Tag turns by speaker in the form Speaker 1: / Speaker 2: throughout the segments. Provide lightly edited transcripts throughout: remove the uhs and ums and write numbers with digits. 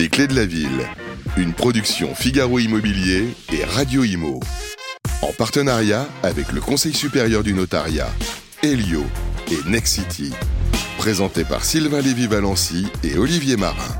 Speaker 1: Les Clés de la Ville, une production Figaro Immobilier et Radio Imo. En partenariat avec le Conseil supérieur du notariat, Elio et Nexity. Présenté par Sylvain Lévy-Valency et Olivier Marin.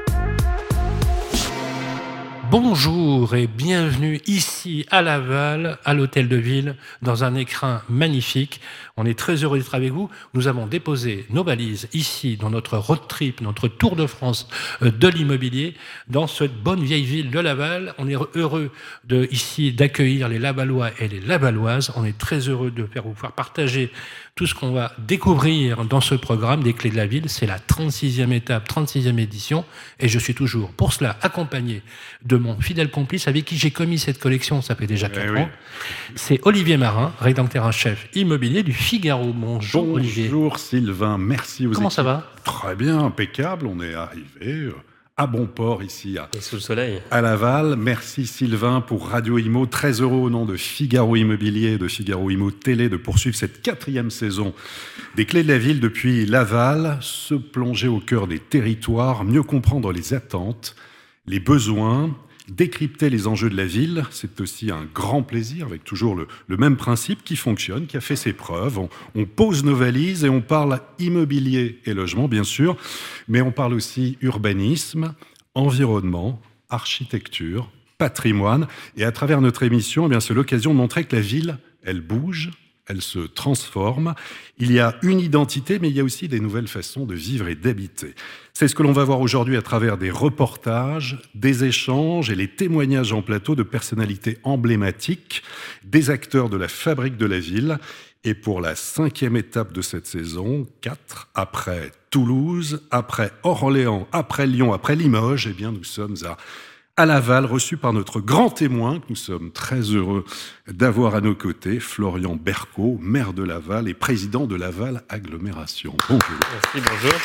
Speaker 2: Bonjour et bienvenue ici à Laval, à l'Hôtel de Ville, dans un écrin magnifique. On est très heureux d'être avec vous. Nous avons déposé nos valises ici, dans notre road trip, notre tour de France de l'immobilier, dans cette bonne vieille ville de Laval. On est heureux ici d'accueillir les Lavallois et les Lavalloises. On est très heureux de vous faire partager tout ce qu'on va découvrir dans ce programme des Clés de la Ville. C'est la 36e étape, 36e édition. Et je suis toujours, pour cela, accompagné de mon fidèle complice avec qui j'ai commis cette collection, ça fait déjà 4 ans. C'est Olivier Marin, rédacteur en chef immobilier du Figaro. Bonjour Olivier.
Speaker 3: Bonjour Sylvain, merci aux
Speaker 2: Comment
Speaker 3: équipes.
Speaker 2: ça va ?
Speaker 3: Très bien, impeccable. On est arrivé à bon port ici
Speaker 4: et sous le soleil.
Speaker 3: À Laval. Merci Sylvain pour Radio Imo. Très heureux au nom de Figaro Immobilier et de Figaro Imo Télé de poursuivre cette 4e saison des Clés de la Ville depuis Laval. Se plonger au cœur des territoires, mieux comprendre les attentes, les besoins, décrypter les enjeux de la ville, c'est aussi un grand plaisir, avec toujours le même principe qui fonctionne, qui a fait ses preuves. On pose nos valises et on parle immobilier et logement, bien sûr, mais on parle aussi urbanisme, environnement, architecture, patrimoine. Et à travers notre émission, eh bien, c'est l'occasion de montrer que la ville, elle bouge, elle se transforme. Il y a une identité, mais il y a aussi des nouvelles façons de vivre et d'habiter. C'est ce que l'on va voir aujourd'hui à travers des reportages, des échanges et les témoignages en plateau de personnalités emblématiques, des acteurs de la fabrique de la ville. Et pour la 5e étape de cette saison, 4, après Toulouse, après Orléans, après Lyon, après Limoges, eh bien nous sommes à Laval, reçu par notre grand témoin, que nous sommes très heureux d'avoir à nos côtés, Florian Bercot, maire de Laval et président de Laval Agglomération. Bonjour.
Speaker 4: Merci, bonjour.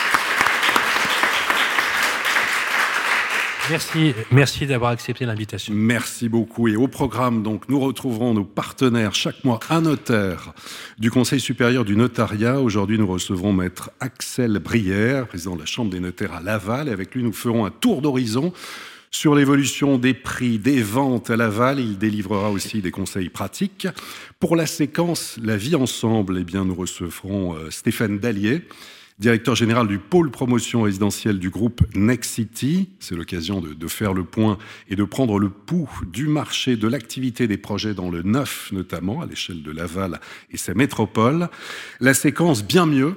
Speaker 2: Merci d'avoir accepté l'invitation.
Speaker 3: Merci beaucoup. Et au programme, donc, nous retrouverons nos partenaires chaque mois, un notaire du Conseil supérieur du notariat. Aujourd'hui, nous recevrons maître Axel Brière, président de la Chambre des notaires à Laval. Et avec lui, nous ferons un tour d'horizon sur l'évolution des prix, des ventes à Laval. Il délivrera aussi des conseils pratiques. Pour la séquence La vie ensemble, eh bien, nous recevrons Stéphane Dallier, directeur général du pôle promotion résidentielle du groupe Nexity. C'est l'occasion de faire le point et de prendre le pouls du marché, de l'activité des projets dans le neuf, notamment à l'échelle de Laval et sa métropole. La séquence Bien mieux,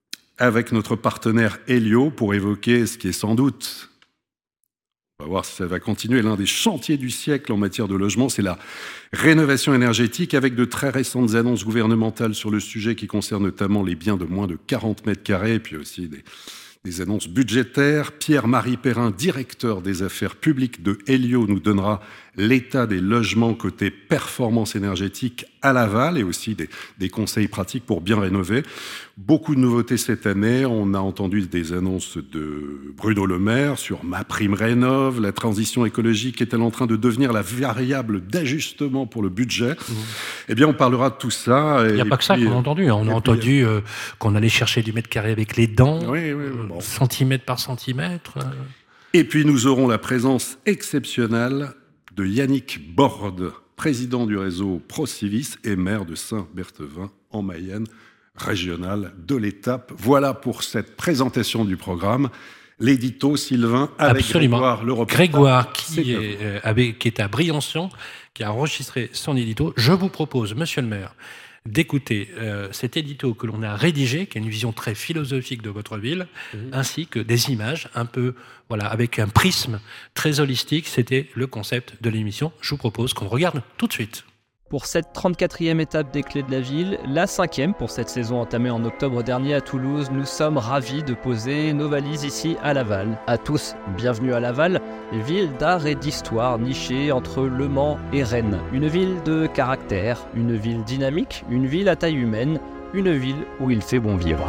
Speaker 3: avec notre partenaire Elio, pour évoquer ce qui est sans doute, on va voir si ça va continuer, l'un des chantiers du siècle en matière de logement, c'est la rénovation énergétique, avec de très récentes annonces gouvernementales sur le sujet qui concerne notamment les biens de moins de 40 mètres carrés, et puis aussi des annonces budgétaires. Pierre-Marie Perrin, directeur des affaires publiques de Elio, nous donnera l'état des logements côté performance énergétique à Laval et aussi des conseils pratiques pour bien rénover. Beaucoup de nouveautés cette année. On a entendu des annonces de Bruno Le Maire sur MaPrimeRénov'. La transition écologique est-elle en train de devenir la variable d'ajustement pour le budget ? Eh bien, on parlera de tout ça.
Speaker 2: Il n'y a pas que ça qu'on a entendu. On a entendu qu'on allait chercher du mètre carré avec les dents, centimètre par centimètre.
Speaker 3: Et puis, nous aurons la présence exceptionnelle de Yannick Borde, président du réseau Procivis et maire de Saint-Berthevin en Mayenne, régionale de l'étape. Voilà pour cette présentation du programme. L'édito, Sylvain, avec
Speaker 2: Absolument.
Speaker 3: Grégoire le reporter.
Speaker 2: Grégoire, qui est à Briançon, qui a enregistré son édito. Je vous propose, monsieur le maire, d'écouter cet édito que l'on a rédigé, qui a une vision très philosophique de votre ville, ainsi que des images un peu, avec un prisme très holistique. C'était le concept de l'émission. Je vous propose qu'on regarde tout de suite.
Speaker 5: Pour cette 34e étape des Clés de la Ville, la 5e pour cette saison entamée en octobre dernier à Toulouse, nous sommes ravis de poser nos valises ici à Laval. À tous, bienvenue à Laval, ville d'art et d'histoire nichée entre Le Mans et Rennes. Une ville de caractère, une ville dynamique, une ville à taille humaine, une ville où il fait bon vivre.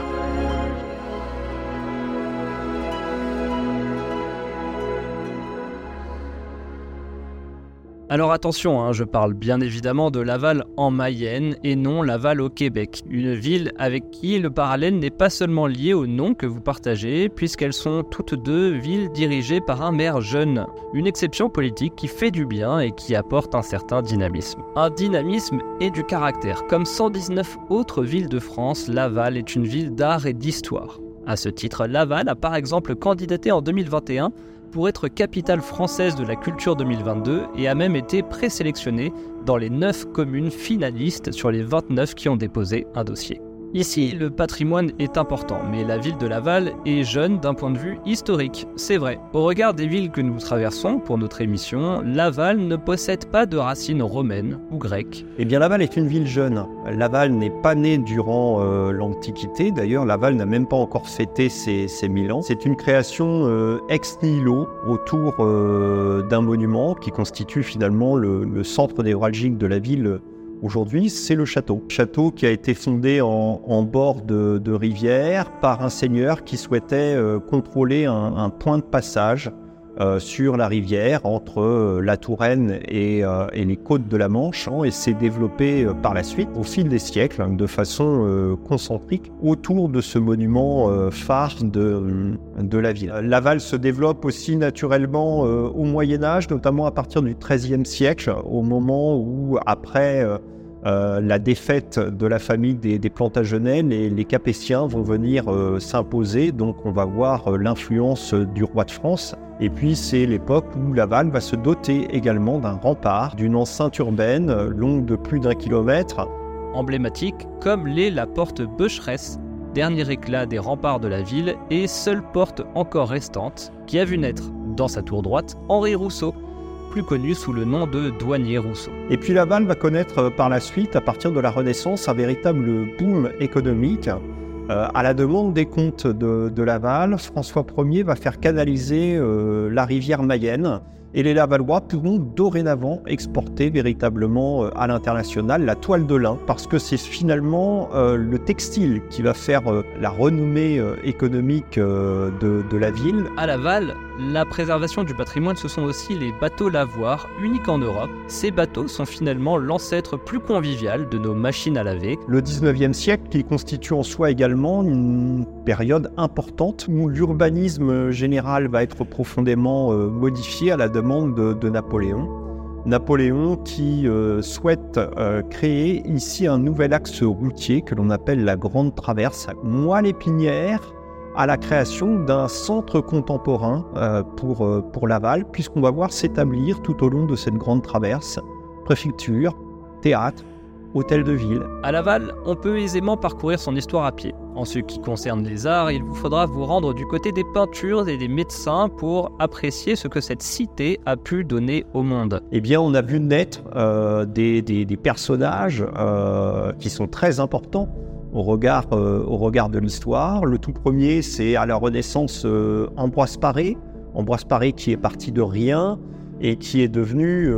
Speaker 5: Alors attention, je parle bien évidemment de Laval en Mayenne et non Laval au Québec. Une ville avec qui le parallèle n'est pas seulement lié au nom que vous partagez, puisqu'elles sont toutes deux villes dirigées par un maire jeune. Une exception politique qui fait du bien et qui apporte un certain dynamisme. Un dynamisme et du caractère. Comme 119 autres villes de France, Laval est une ville d'art et d'histoire. À ce titre, Laval a par exemple candidaté en 2021 pour être capitale française de la culture 2022 et a même été présélectionnée dans les 9 communes finalistes sur les 29 qui ont déposé un dossier. Ici, le patrimoine est important, mais la ville de Laval est jeune d'un point de vue historique. C'est vrai, au regard des villes que nous traversons pour notre émission, Laval ne possède pas de racines romaines ou grecques.
Speaker 4: Eh bien, Laval est une ville jeune. Laval n'est pas née durant l'Antiquité. D'ailleurs, Laval n'a même pas encore fêté ses 1000 ans. C'est une création ex nihilo autour d'un monument qui constitue finalement le centre névralgique de la ville. Aujourd'hui, c'est le château. Château qui a été fondé en bord de rivière par un seigneur qui souhaitait contrôler un point de passage sur la rivière entre la Touraine et les côtes de la Manche, et s'est développé par la suite au fil des siècles de façon concentrique autour de ce monument phare de la ville. Laval se développe aussi naturellement au Moyen-Âge, notamment à partir du XIIIe siècle, au moment où, après la défaite de la famille des Plantagenets, les Capétiens vont venir s'imposer, donc on va voir l'influence du roi de France. Et puis c'est l'époque où Laval va se doter également d'un rempart, d'une enceinte urbaine longue de plus d'1 kilomètre.
Speaker 5: Emblématique comme l'est la porte Becheresse, dernier éclat des remparts de la ville et seule porte encore restante, qui a vu naître, dans sa tour droite, Henri Rousseau, plus connu sous le nom de douanier Rousseau.
Speaker 4: Et puis Laval va connaître par la suite, à partir de la Renaissance, un véritable boom économique. À la demande des comtes de Laval, François Ier va faire canaliser la rivière Mayenne, et les Lavallois pourront dorénavant exporter véritablement à l'international la toile de lin, parce que c'est finalement le textile qui va faire la renommée économique de la ville.
Speaker 5: À Laval, la préservation du patrimoine, ce sont aussi les bateaux lavoirs, uniques en Europe. Ces bateaux sont finalement l'ancêtre plus convivial de nos machines à laver.
Speaker 4: Le 19e siècle, qui constitue en soi également une période importante où l'urbanisme général va être profondément modifié à la demande de Napoléon. Napoléon qui souhaite créer ici un nouvel axe routier que l'on appelle la Grande Traverse, Moelle-Épinière, à la création d'un centre contemporain pour Laval, puisqu'on va voir s'établir tout au long de cette grande traverse préfecture, théâtre, hôtel de ville.
Speaker 5: À Laval, on peut aisément parcourir son histoire à pied. En ce qui concerne les arts, il vous faudra vous rendre du côté des peintures et des médecins pour apprécier ce que cette cité a pu donner au monde.
Speaker 4: Eh bien, on a vu naître des personnages qui sont très importants au regard de l'histoire. Le tout premier, c'est à la Renaissance Ambroise Paré. Ambroise Paré qui est parti de rien et qui est devenu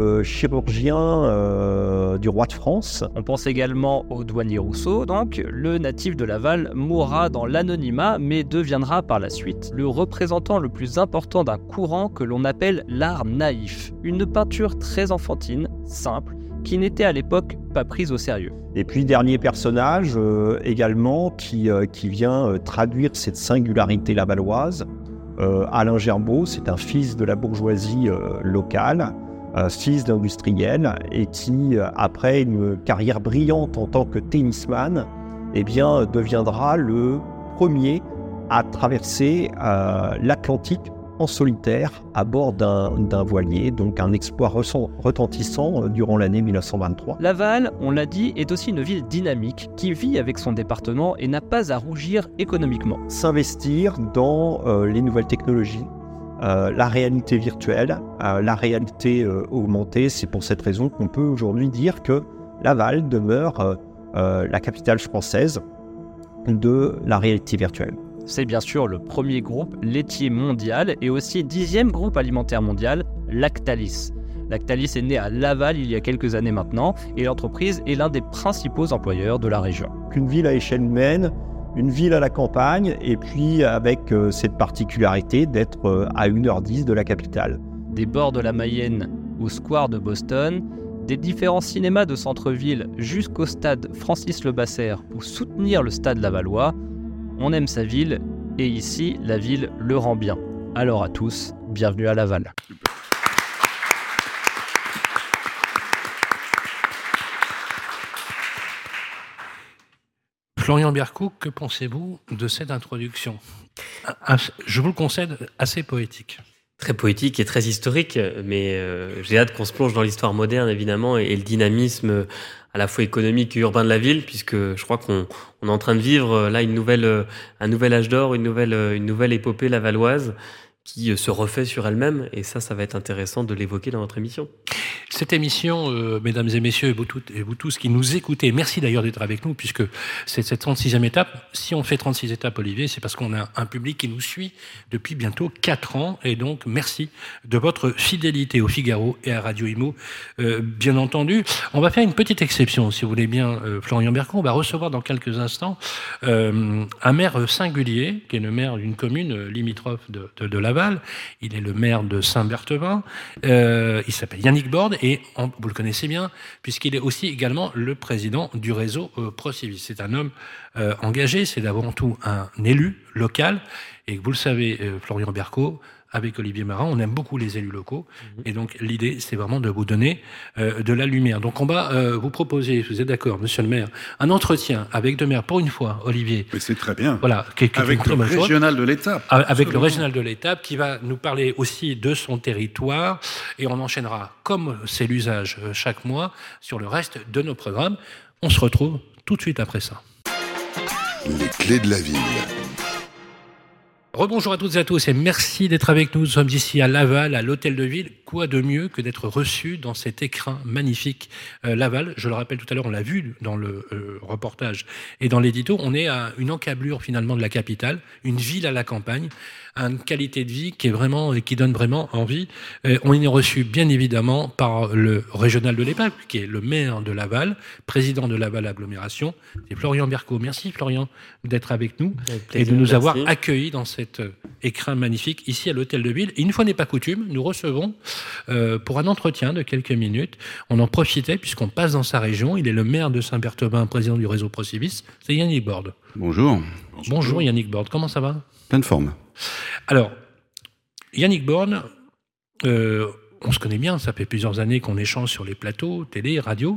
Speaker 4: chirurgien du roi de France.
Speaker 5: On pense également au douanier Rousseau, donc le natif de Laval mourra dans l'anonymat mais deviendra par la suite le représentant le plus important d'un courant que l'on appelle l'art naïf. Une peinture très enfantine, simple, qui n'était à l'époque pas prise au sérieux.
Speaker 4: Et puis dernier personnage également qui vient traduire cette singularité lavalloise, Alain Gerbaud, c'est un fils de la bourgeoisie locale, fils d'industriel, et qui, après une carrière brillante en tant que tennisman, eh bien, deviendra le premier à traverser l'Atlantique en solitaire à bord d'un voilier, donc un exploit retentissant durant l'année 1923.
Speaker 5: Laval, on l'a dit, est aussi une ville dynamique qui vit avec son département et n'a pas à rougir économiquement.
Speaker 4: S'investir dans les nouvelles technologies, la réalité virtuelle, la réalité augmentée, c'est pour cette raison qu'on peut aujourd'hui dire que Laval demeure la capitale française de la réalité virtuelle.
Speaker 5: C'est bien sûr le premier groupe laitier mondial et aussi 10e groupe alimentaire mondial, Lactalis. Lactalis est né à Laval il y a quelques années maintenant et l'entreprise est l'un des principaux employeurs de la région.
Speaker 4: Une ville à échelle humaine, une ville à la campagne et puis avec cette particularité d'être à 1h10 de la capitale.
Speaker 5: Des bords de la Mayenne au Square de Boston, des différents cinémas de centre-ville jusqu'au stade Francis-Lebasseur ou soutenir le stade lavallois, on aime sa ville et ici, la ville le rend bien. Alors à tous, bienvenue à Laval.
Speaker 2: Florian Bercou, que pensez-vous de cette introduction ? Je vous le concède, assez poétique.
Speaker 6: Très poétique et très historique, mais j'ai hâte qu'on se plonge dans l'histoire moderne, évidemment, et le dynamisme à la fois économique et urbain de la ville, puisque je crois qu'on est en train de vivre là un nouvel âge d'or, une nouvelle épopée lavalloise qui se refait sur elle-même, et ça va être intéressant de l'évoquer dans notre émission.
Speaker 2: Cette émission, mesdames et messieurs, et vous tous qui nous écoutez, merci d'ailleurs d'être avec nous, puisque c'est cette 36e étape. Si on fait 36 étapes, Olivier, c'est parce qu'on a un public qui nous suit depuis bientôt 4 ans, et donc merci de votre fidélité au Figaro et à Radio Imo, bien entendu. On va faire une petite exception, si vous voulez bien, Florian Bercou. On va recevoir dans quelques instants un maire singulier, qui est le maire d'une commune limitrophe de Laval. Il est le maire de Saint-Berthevin. Il s'appelle Yannick Borde. Et vous le connaissez bien, puisqu'il est aussi également le président du réseau Procivis. C'est un homme engagé, c'est avant tout un élu local. Et vous le savez, Florian Bercou, avec Olivier Marin, on aime beaucoup les élus locaux. Et donc, l'idée, c'est vraiment de vous donner de la lumière. Donc, on va vous proposer, vous êtes d'accord, monsieur le maire, un entretien avec deux maires, pour une fois, Olivier.
Speaker 3: Mais c'est très bien.
Speaker 2: Voilà.
Speaker 3: Avec le régional de l'étape.
Speaker 2: Avec le régional de l'étape, qui va nous parler aussi de son territoire. Et on enchaînera, comme c'est l'usage chaque mois, sur le reste de nos programmes. On se retrouve tout de suite après ça.
Speaker 1: Les clés de la ville.
Speaker 2: Rebonjour à toutes et à tous et merci d'être avec nous. Nous sommes ici à Laval, à l'Hôtel de Ville. Quoi de mieux que d'être reçu dans cet écrin magnifique Laval. Je le rappelle tout à l'heure, on l'a vu dans le reportage et dans l'édito. On est à une encablure finalement de la capitale, une ville à la campagne, une qualité de vie qui donne vraiment envie. On est reçu bien évidemment par le régional de l'EPAC, qui est le maire de Laval, président de Laval Agglomération. C'est Florian Bercou. Merci Florian d'être avec nous et de nous avoir accueillis dans cet écrin magnifique ici à l'Hôtel de Ville. Et une fois n'est pas coutume, nous recevons pour un entretien de quelques minutes. On en profitait puisqu'on passe dans sa région. Il est le maire de Saint-Berthevin, président du réseau Procivis. C'est Yannick Borde.
Speaker 7: Bonjour.
Speaker 2: Bonjour Yannick Borde. Comment ça va ?
Speaker 7: Pleine forme.
Speaker 2: Alors, Yannick Borde, on se connaît bien, ça fait plusieurs années qu'on échange sur les plateaux, télé, radio.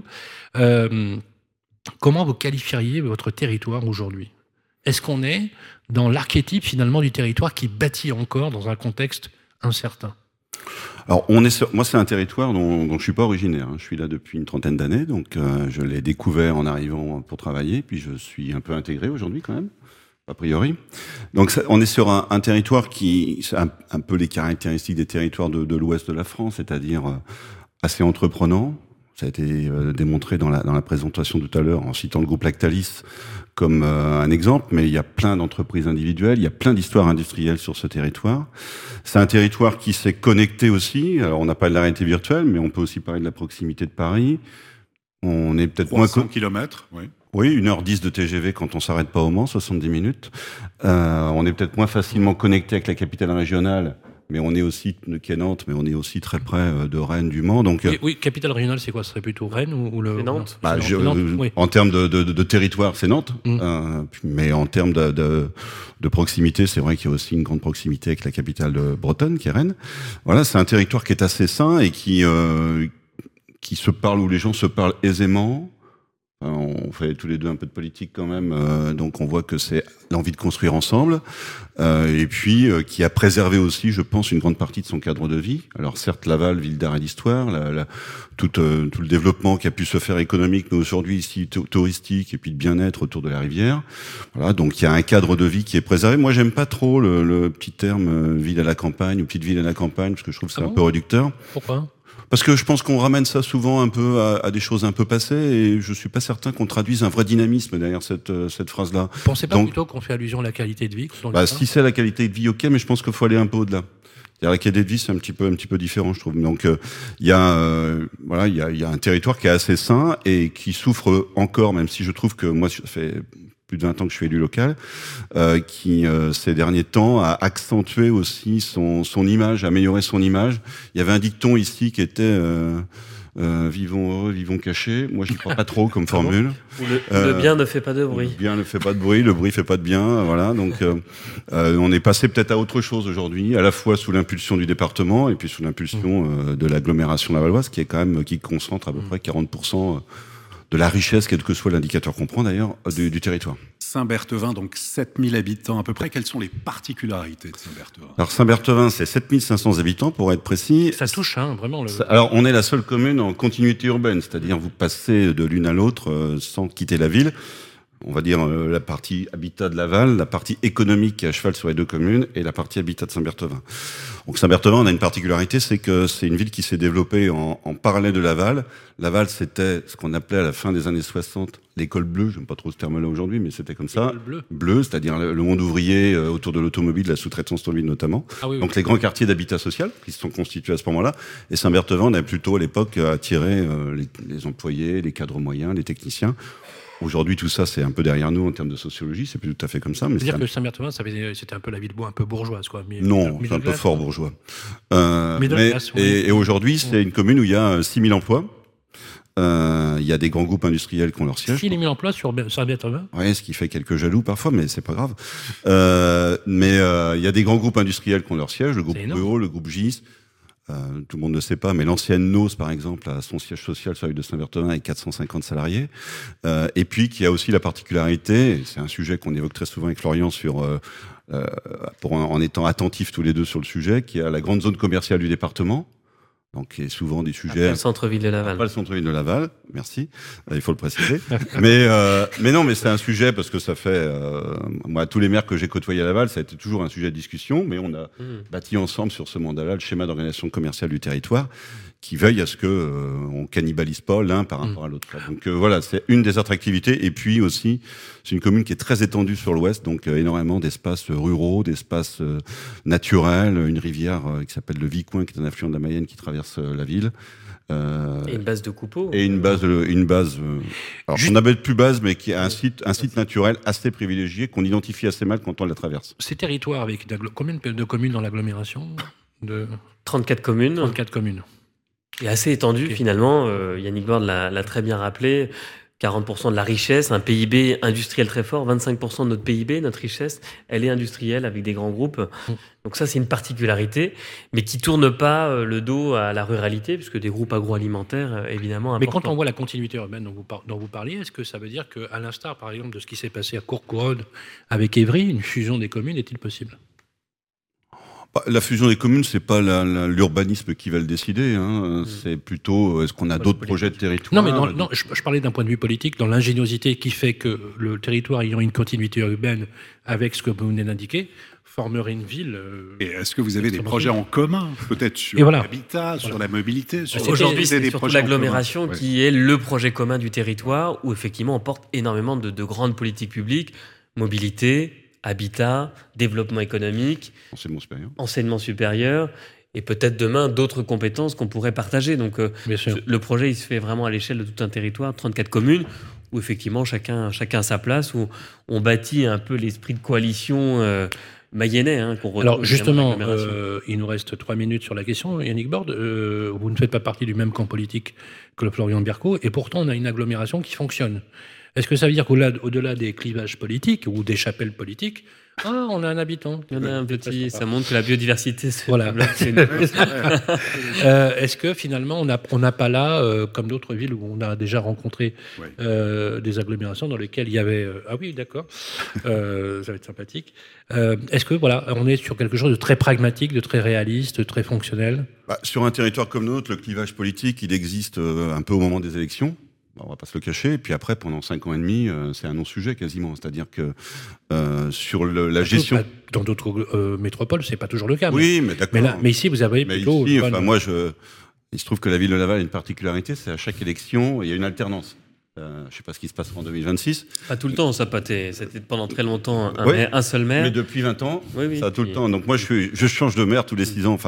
Speaker 2: Comment vous qualifieriez votre territoire aujourd'hui ? Est-ce qu'on est dans l'archétype finalement du territoire qui bâtit encore dans un contexte incertain ?
Speaker 7: Alors, moi, c'est un territoire dont je suis pas originaire. Je suis là depuis une trentaine d'années, donc je l'ai découvert en arrivant pour travailler, puis je suis un peu intégré aujourd'hui quand même, a priori. Donc, on est sur un territoire qui, c'est un peu les caractéristiques des territoires de l'ouest de la France, c'est-à-dire assez entreprenant. Ça a été démontré dans la présentation tout à l'heure en citant le groupe Lactalis comme un exemple, mais il y a plein d'entreprises individuelles, il y a plein d'histoires industrielles sur ce territoire. C'est un territoire qui s'est connecté aussi. Alors, on n'a pas de la réalité virtuelle, mais on peut aussi parler de la proximité de Paris. On est peut-être
Speaker 3: 300 km, oui.
Speaker 7: Oui, 1h10 de TGV quand on s'arrête pas au Mans, 70 minutes. On est peut-être moins facilement connecté avec la capitale régionale, mais on est aussi de Nantes, mais on est aussi très près de Rennes, du Mans. Donc
Speaker 2: oui, capitale régionale, c'est quoi ? Ce serait plutôt Rennes ou le
Speaker 6: Nantes.
Speaker 2: Nantes, oui.
Speaker 7: En termes de territoire, c'est Nantes. Mais en termes de proximité, c'est vrai qu'il y a aussi une grande proximité avec la capitale bretonne, qui est Rennes. Voilà, c'est un territoire qui est assez sain et qui se parle, où les gens se parlent aisément. On fait tous les deux un peu de politique quand même, donc on voit que c'est l'envie de construire ensemble, et puis qui a préservé aussi, je pense, une grande partie de son cadre de vie. Alors certes, Laval, ville d'art et d'histoire, tout le développement qui a pu se faire économique, mais aujourd'hui ici touristique, et puis de bien-être autour de la rivière. Voilà, donc il y a un cadre de vie qui est préservé. Moi, j'aime pas trop le petit terme ville à la campagne ou petite ville à la campagne, parce que je trouve que c'est un peu réducteur.
Speaker 2: Pourquoi ?
Speaker 7: Parce que je pense qu'on ramène ça souvent un peu à des choses un peu passées, et je suis pas certain qu'on traduise un vrai dynamisme derrière cette phrase-là.
Speaker 2: Vous pensez pas plutôt qu'on fait allusion à la qualité de vie ?
Speaker 7: Si c'est la qualité de vie, ok, mais je pense qu'il faut aller un peu au-delà. C'est-à-dire la qualité de vie, c'est un petit peu différent, je trouve. Donc il y a un territoire qui est assez sain et qui souffre encore, même si je trouve que moi, ça fait plus de 20 ans que je suis élu local, qui ces derniers temps a accentué aussi son image, amélioré son image. Il y avait un dicton ici qui était vivons heureux, vivons cachés. Moi, je n'y crois pas trop comme formule.
Speaker 6: Le bien ne fait pas de bruit.
Speaker 7: Le bien ne fait pas de bruit, le bruit fait pas de bien. Voilà. Donc, on est passé peut-être à autre chose aujourd'hui, à la fois sous l'impulsion du département et puis sous l'impulsion de l'agglomération lavalloise, qui est quand même qui concentre à peu près 40% de la richesse, quel que soit l'indicateur qu'on prend d'ailleurs, du territoire.
Speaker 3: Saint-Berthevin, donc 7000 habitants à peu près. Quelles sont les particularités de Saint-Berthevin ?
Speaker 7: Alors Saint-Berthevin, c'est 7500 habitants pour être précis.
Speaker 2: Ça touche, vraiment.
Speaker 7: Alors on est la seule commune en continuité urbaine, c'est-à-dire vous passez de l'une à l'autre sans quitter la ville. On va dire la partie habitat de Laval, la partie économique qui est à cheval sur les deux communes et la partie habitat de Saint-Berthevin. Donc Saint-Berthevin, on a une particularité, c'est que c'est une ville qui s'est développée en parallèle de Laval. Laval, c'était ce qu'on appelait à la fin des années 60 l'école bleue. J'aime pas trop ce terme-là aujourd'hui, mais c'était comme ça. Bleu, c'est-à-dire le monde ouvrier autour de l'automobile, la sous-traitance automobile notamment. Ah oui, donc les grands quartiers d'habitat social qui se sont constitués à ce moment-là. Et Saint-Berthevin, on a plutôt à l'époque attiré les employés, les cadres moyens, les techniciens. Aujourd'hui, tout ça, c'est un peu derrière nous en termes de sociologie, c'est plus tout à fait comme ça. Mais
Speaker 2: c'est-à-dire que Saint-Berthevin, c'était un peu la ville un peu bourgeoise, quoi.
Speaker 7: Non, c'est un peu fort bourgeois. Et aujourd'hui, c'est une commune où il y a 6000 emplois. Il y a des grands groupes industriels qui ont leur siège.
Speaker 2: 6000 emplois sur Saint-Berthevin ?
Speaker 7: Oui, ce qui fait quelques jaloux parfois, mais c'est pas grave. Mais il y a des grands groupes industriels qui ont leur siège, le groupe Ruo, le groupe GIS. Tout le monde ne sait pas, mais l'ancienne NOS, par exemple, a son siège social sur la ville de Saint-Berthevin avec 450 salariés. Et puis, qui a aussi la particularité, et c'est un sujet qu'on évoque très souvent avec Florian en étant attentifs tous les deux sur le sujet, qui a la grande zone commerciale du département. Donc, il y a souvent des sujets.
Speaker 6: Pas le centre-ville de Laval.
Speaker 7: Pas le centre-ville de Laval, merci. Il faut le préciser. mais non, mais c'est un sujet parce que ça fait, moi, tous les maires que j'ai côtoyés à Laval, ça a été toujours un sujet de discussion, mais on a bâti ensemble sur ce mandat-là le schéma d'organisation commerciale du territoire, qui veille à ce que on cannibalise pas l'un par rapport à l'autre. Donc voilà, c'est une des attractivités. Et puis aussi, c'est une commune qui est très étendue sur l'ouest, donc énormément d'espaces ruraux, d'espaces naturels, une rivière qui s'appelle le Vicoin, qui est un affluent de la Mayenne qui traverse la ville.
Speaker 6: Et une base de Coupeau.
Speaker 7: Et une base. Alors on appelle plus base, mais qui est un site naturel assez privilégié qu'on identifie assez mal quand on la traverse.
Speaker 2: Ces territoires avec combien de communes dans l'agglomération
Speaker 6: 34 communes.
Speaker 2: 34 communes.
Speaker 6: Et assez étendu finalement. Yannick Borde l'a très bien rappelé. 40% de la richesse, un PIB industriel très fort, 25% de notre PIB, notre richesse, elle est industrielle avec des grands groupes. Donc ça, c'est une particularité, mais qui tourne pas le dos à la ruralité, puisque des groupes agroalimentaires, évidemment, importants.
Speaker 2: Mais quand on voit la continuité urbaine dont vous parliez, est-ce que ça veut dire qu'à l'instar, par exemple, de ce qui s'est passé à Courcouronnes avec Évry, une fusion des communes est-il possible ?
Speaker 7: La fusion des communes, c'est pas l'urbanisme qui va le décider. C'est plutôt est-ce qu'on a d'autres projets de territoire.
Speaker 2: Non, mais je parlais d'un point de vue politique, dans l'ingéniosité qui fait que le territoire ayant une continuité urbaine avec ce que vous venez d'indiquer formerait une ville.
Speaker 3: Et est-ce que vous avez des projets en commun, peut-être sur l'habitat, sur la mobilité
Speaker 6: Aujourd'hui, c'est surtout l'agglomération qui est le projet commun du territoire, où effectivement on porte énormément de grandes politiques publiques, mobilité, habitat, développement économique, enseignement supérieur, et peut-être demain d'autres compétences qu'on pourrait partager. Donc le projet, il se fait vraiment à l'échelle de tout un territoire, 34 communes, où effectivement chacun a sa place, où on bâtit un peu l'esprit de coalition mayennais qu'on retrouve.
Speaker 2: Alors justement, il nous reste 3 minutes sur la question. Yannick Borde, vous ne faites pas partie du même camp politique que le Florian Berco, et pourtant on a une agglomération qui fonctionne. Est-ce que ça veut dire qu'au-delà des clivages politiques ou des chapelles politiques, on a un habitant.
Speaker 6: Il y en a un petit, ça montre que la biodiversité se
Speaker 2: développe. Est-ce que finalement on n'a pas là, comme d'autres villes où on a déjà rencontré des agglomérations dans lesquelles il y avait... ah oui, d'accord, ça va être sympathique. Est-ce que on est sur quelque chose de très pragmatique, de très réaliste, de très fonctionnel ?
Speaker 7: Sur un territoire comme le nôtre, le clivage politique, il existe un peu au moment des élections. On va pas se le cacher. Et puis après, pendant 5 ans et demi, c'est un non-sujet quasiment. C'est-à-dire que sur la gestion...
Speaker 2: Dans d'autres métropoles, c'est pas toujours le cas.
Speaker 7: Oui, mais d'accord.
Speaker 2: Mais ici, vous avez plutôt...
Speaker 7: Ici, il se trouve que la ville de Laval a une particularité, c'est à chaque élection, il y a une alternance. Je ne sais pas ce qui se passera en 2026.
Speaker 6: Pas tout le temps, c'était pendant très longtemps un seul maire.
Speaker 7: Mais depuis 20 ans, ça a tout le temps. Donc moi, je change de maire tous les 6 ans,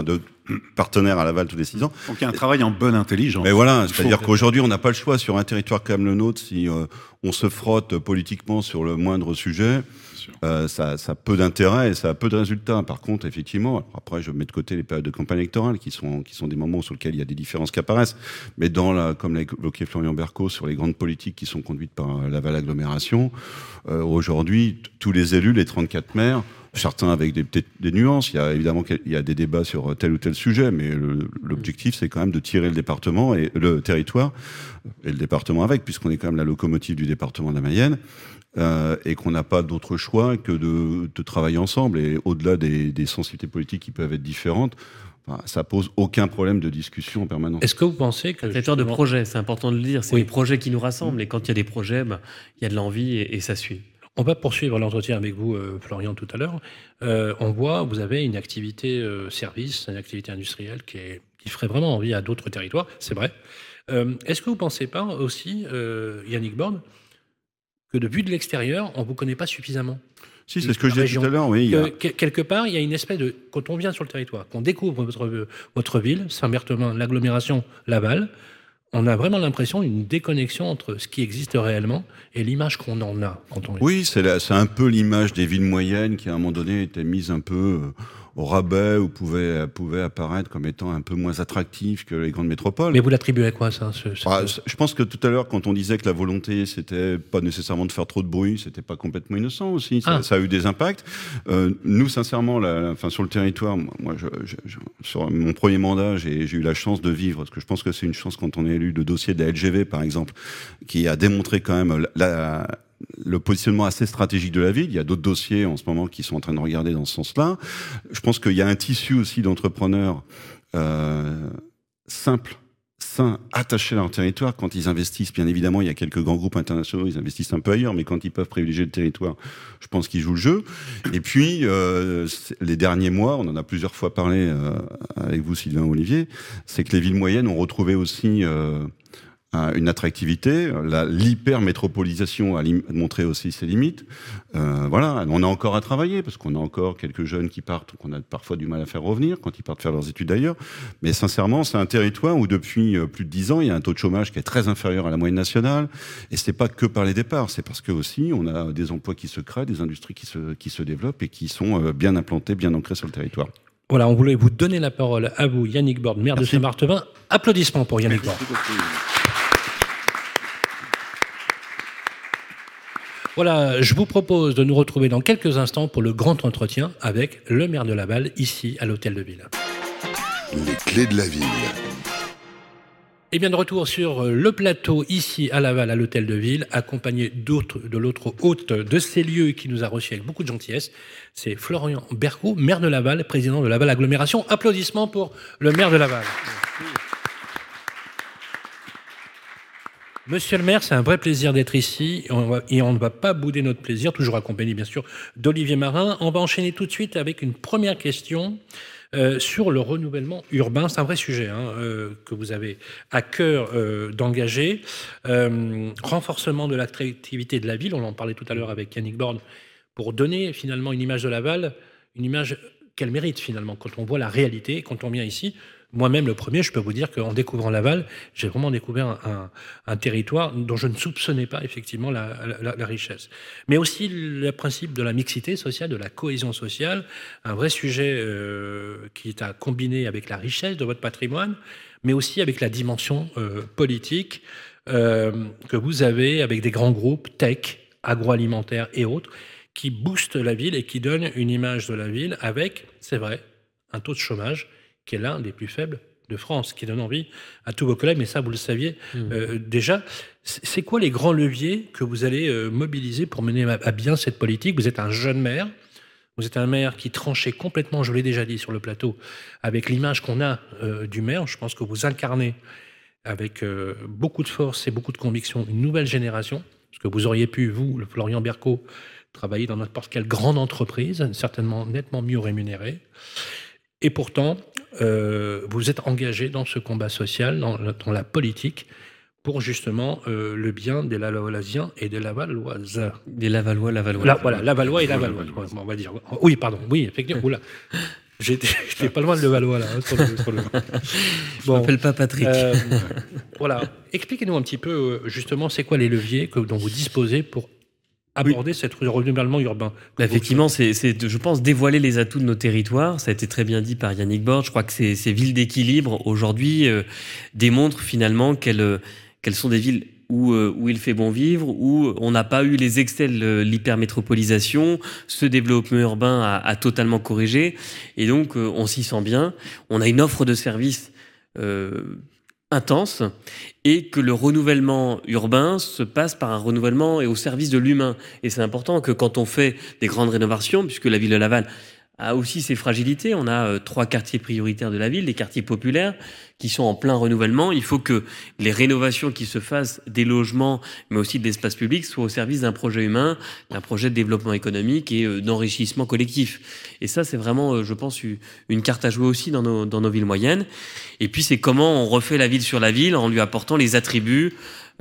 Speaker 7: partenaire à Laval tous les 6 ans.
Speaker 3: Donc il y a un travail en bonne intelligence.
Speaker 7: Mais voilà, c'est-à-dire qu'aujourd'hui, on n'a pas le choix sur un territoire comme le nôtre, si on se frotte politiquement sur le moindre sujet, ça a peu d'intérêt et ça a peu de résultats. Par contre, effectivement, après je mets de côté les périodes de campagne électorale qui sont des moments sur lesquels il y a des différences qui apparaissent, mais comme l'a évoqué Florian Bercaud, sur les grandes politiques qui sont conduites par Laval Agglomération, aujourd'hui, tous les élus, les 34 maires, certains avec des nuances, il y a évidemment des débats sur tel ou tel sujet, mais l'objectif c'est quand même de tirer le département et le territoire et le département avec, puisqu'on est quand même la locomotive du département de la Mayenne. Et qu'on n'a pas d'autre choix que de travailler ensemble. Et au-delà des sensibilités politiques qui peuvent être différentes, ça pose aucun problème de discussion en permanence.
Speaker 2: Est-ce que vous pensez que...
Speaker 6: Un territoire de projet, c'est important de le dire, c'est les projets qui nous rassemblent. Et quand il y a des projets, il y a de l'envie et ça suit.
Speaker 2: On va poursuivre l'entretien avec vous, Florian, tout à l'heure. On voit, vous avez une activité service, une activité industrielle qui ferait vraiment envie à d'autres territoires, c'est vrai. Est-ce que vous ne pensez pas aussi, Yannick Borne, que de vue de l'extérieur, on ne vous connaît pas suffisamment?
Speaker 7: Si, c'est ce que je disais tout à l'heure, oui.
Speaker 2: Quelque part, il y a une espèce de... Quand on vient sur le territoire, qu'on découvre votre ville, Saint-Berthevin, l'agglomération Laval, on a vraiment l'impression d'une déconnexion entre ce qui existe réellement et l'image qu'on en a.
Speaker 7: Oui, c'est un peu l'image des villes moyennes qui, à un moment donné, était mise un peu au rabais ou pouvait apparaître comme étant un peu moins attractive que les grandes métropoles.
Speaker 2: Mais vous l'attribuez à quoi, ça
Speaker 7: Je pense que tout à l'heure, quand on disait que la volonté, c'était pas nécessairement de faire trop de bruit, c'était pas complètement innocent aussi. Ça a eu des impacts. Nous, sincèrement, sur le territoire, moi, sur mon premier mandat, j'ai eu la chance de vivre, parce que je pense que c'est une chance quand on est élu, le dossier de la LGV, par exemple, qui a démontré quand même le positionnement assez stratégique de la ville. Il y a d'autres dossiers en ce moment qui sont en train de regarder dans ce sens-là. Je pense qu'il y a un tissu aussi d'entrepreneurs simples, sains, attachés à leur territoire. Quand ils investissent, bien évidemment, il y a quelques grands groupes internationaux, ils investissent un peu ailleurs, mais quand ils peuvent privilégier le territoire, je pense qu'ils jouent le jeu. Et puis, les derniers mois, on en a plusieurs fois parlé avec vous, Sylvain Olivier, c'est que les villes moyennes ont retrouvé aussi... une attractivité, l'hyper-métropolisation a montré aussi ses limites. Voilà, on a encore à travailler, parce qu'on a encore quelques jeunes qui partent, qu'on a parfois du mal à faire revenir, quand ils partent faire leurs études ailleurs. Mais sincèrement, c'est un territoire où depuis plus de 10 ans, il y a un taux de chômage qui est très inférieur à la moyenne nationale. Et c'est pas que par les départs, c'est parce que aussi, on a des emplois qui se créent, des industries qui se développent et qui sont bien implantées, bien ancrées sur le territoire.
Speaker 2: Voilà, on voulait vous donner la parole à vous, Yannick Borne, maire de Saint-Berthevin. Applaudissements pour Yannick Borne. Voilà, je vous propose de nous retrouver dans quelques instants pour le grand entretien avec le maire de Laval, ici à l'Hôtel de Ville.
Speaker 1: Les clés de la ville.
Speaker 2: Et bien de retour sur le plateau, ici à Laval, à l'Hôtel de Ville, accompagné de l'autre hôte de ces lieux qui nous a reçus avec beaucoup de gentillesse. C'est Florian Bercaud, maire de Laval, président de Laval Agglomération. Applaudissements pour le maire de Laval. Monsieur le maire, c'est un vrai plaisir d'être ici et on ne va pas bouder notre plaisir, toujours accompagné bien sûr d'Olivier Marin. On va enchaîner tout de suite avec une première question sur le renouvellement urbain. C'est un vrai sujet que vous avez à cœur d'engager. Renforcement de l'attractivité de la ville, on en parlait tout à l'heure avec Yannick Borne, pour donner finalement une image de Laval, une image qu'elle mérite finalement quand on voit la réalité, quand on vient ici. Moi-même, le premier, je peux vous dire qu'en découvrant Laval, j'ai vraiment découvert un territoire dont je ne soupçonnais pas effectivement la richesse. Mais aussi le principe de la mixité sociale, de la cohésion sociale, un vrai sujet qui est à combiner avec la richesse de votre patrimoine, mais aussi avec la dimension politique que vous avez avec des grands groupes tech, agroalimentaires et autres, qui boostent la ville et qui donnent une image de la ville avec, c'est vrai, un taux de chômage qui est l'un des plus faibles de France, qui donne envie à tous vos collègues, mais ça, vous le saviez déjà. C'est quoi les grands leviers que vous allez mobiliser pour mener à bien cette politique? Vous êtes un jeune maire, vous êtes un maire qui tranchait complètement, je l'ai déjà dit sur le plateau, avec l'image qu'on a du maire. Je pense que vous incarnez avec beaucoup de force et beaucoup de conviction une nouvelle génération, parce que vous auriez pu, vous, le Florian Bercaud, travailler dans n'importe quelle grande entreprise, certainement nettement mieux rémunérée. Et pourtant, vous êtes engagé dans ce combat social, dans la politique, pour justement le bien des Lavalloisiens et des Lavalloises.
Speaker 6: Des Lavallois, Lavallois.
Speaker 2: Voilà, Lavallois et Lavallois, on va dire. Oui, pardon, oui, effectivement. Oula. J'étais pas loin de Levallois, là.
Speaker 6: Je m'appelle pas Patrick.
Speaker 2: Voilà. Expliquez-nous un petit peu, justement, c'est quoi les leviers dont vous disposez pour aborder ce renouvellement urbain.
Speaker 6: Effectivement, c'est, je pense, dévoiler les atouts de nos territoires. Ça a été très bien dit par Yannick Borde. Je crois que ces villes d'équilibre, aujourd'hui, démontrent finalement qu'elles sont des villes où il fait bon vivre, où on n'a pas eu les excès de l'hypermétropolisation, ce développement urbain a totalement corrigé, et donc on s'y sent bien. On a une offre de services intense, et que le renouvellement urbain se passe par un renouvellement et au service de l'humain. Et c'est important que quand on fait des grandes rénovations, puisque la ville de Laval a aussi ses fragilités, on a 3 quartiers prioritaires de la ville, les quartiers populaires, qui sont en plein renouvellement. Il faut que les rénovations qui se fassent des logements, mais aussi de l'espace public, soient au service d'un projet humain, d'un projet de développement économique et d'enrichissement collectif. Et ça, c'est vraiment, je pense, une carte à jouer aussi dans nos villes moyennes. Et puis, c'est comment on refait la ville sur la ville en lui apportant les attributs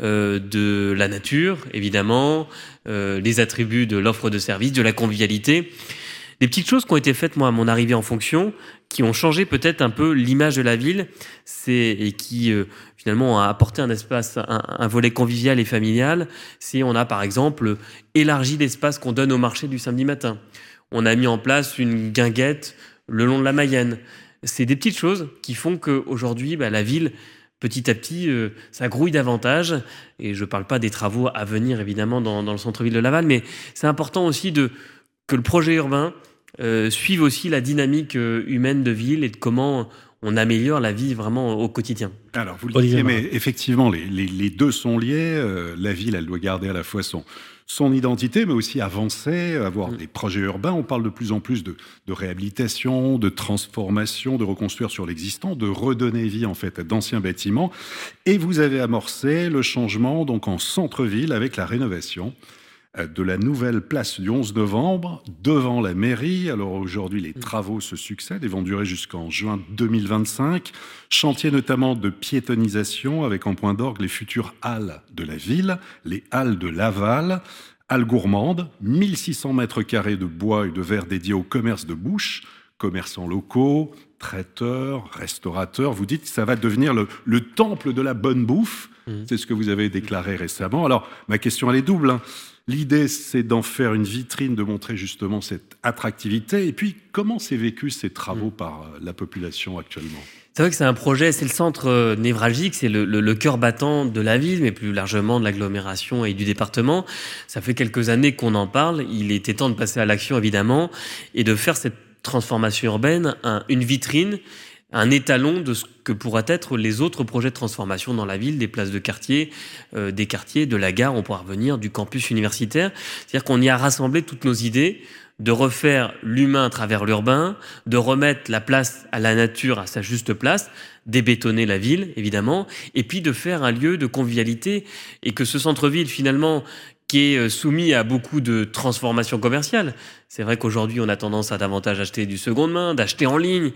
Speaker 6: de la nature, évidemment, les attributs de l'offre de services, de la convivialité. Des petites choses qui ont été faites, moi, à mon arrivée en fonction, qui ont changé peut-être un peu l'image de la ville, et qui, finalement, ont apporté un espace, un volet convivial et familial. On a, par exemple, élargi l'espace qu'on donne au marché du samedi matin. On a mis en place une guinguette le long de la Mayenne. C'est des petites choses qui font qu'aujourd'hui, la ville, petit à petit, ça grouille davantage. Et je ne parle pas des travaux à venir, évidemment, dans le centre-ville de Laval, mais c'est important aussi que le projet urbain suive aussi la dynamique humaine de ville et de comment on améliore la vie vraiment au quotidien.
Speaker 3: Alors, vous le disiez, mais effectivement, les deux sont liés. La ville, elle doit garder à la fois son identité, mais aussi avancer, avoir des projets urbains. On parle de plus en plus de réhabilitation, de transformation, de reconstruire sur l'existant, de redonner vie en fait à d'anciens bâtiments. Et vous avez amorcé le changement donc en centre-ville avec la rénovation de la nouvelle place du 11 novembre devant la mairie. Alors aujourd'hui, les travaux se succèdent et vont durer jusqu'en juin 2025. Chantier notamment de piétonisation avec en point d'orgue les futures halles de la ville, les halles de Laval, halles gourmandes, 1600 mètres carrés de bois et de verre dédiés au commerce de bouche, commerçants locaux, traiteurs, restaurateurs. Vous dites que ça va devenir le temple de la bonne bouffe. C'est ce que vous avez déclaré récemment. Alors, ma question, elle est double, L'idée, c'est d'en faire une vitrine, de montrer justement cette attractivité. Et puis, comment s'est vécu ces travaux par la population actuellement ?
Speaker 6: C'est vrai que c'est un projet, c'est le centre névralgique, c'est le cœur battant de la ville, mais plus largement de l'agglomération et du département. Ça fait quelques années qu'on en parle. Il était temps de passer à l'action, évidemment, et de faire cette transformation urbaine une vitrine, un étalon de ce que pourraient être les autres projets de transformation dans la ville, des places de quartier, des quartiers, de la gare, on pourra revenir, du campus universitaire. C'est-à-dire qu'on y a rassemblé toutes nos idées de refaire l'humain à travers l'urbain, de remettre la place à la nature à sa juste place, débétonner la ville, évidemment, et puis de faire un lieu de convivialité, et que ce centre-ville, finalement, qui est soumis à beaucoup de transformations commerciales. C'est vrai qu'aujourd'hui, on a tendance à davantage acheter du seconde main, d'acheter en ligne.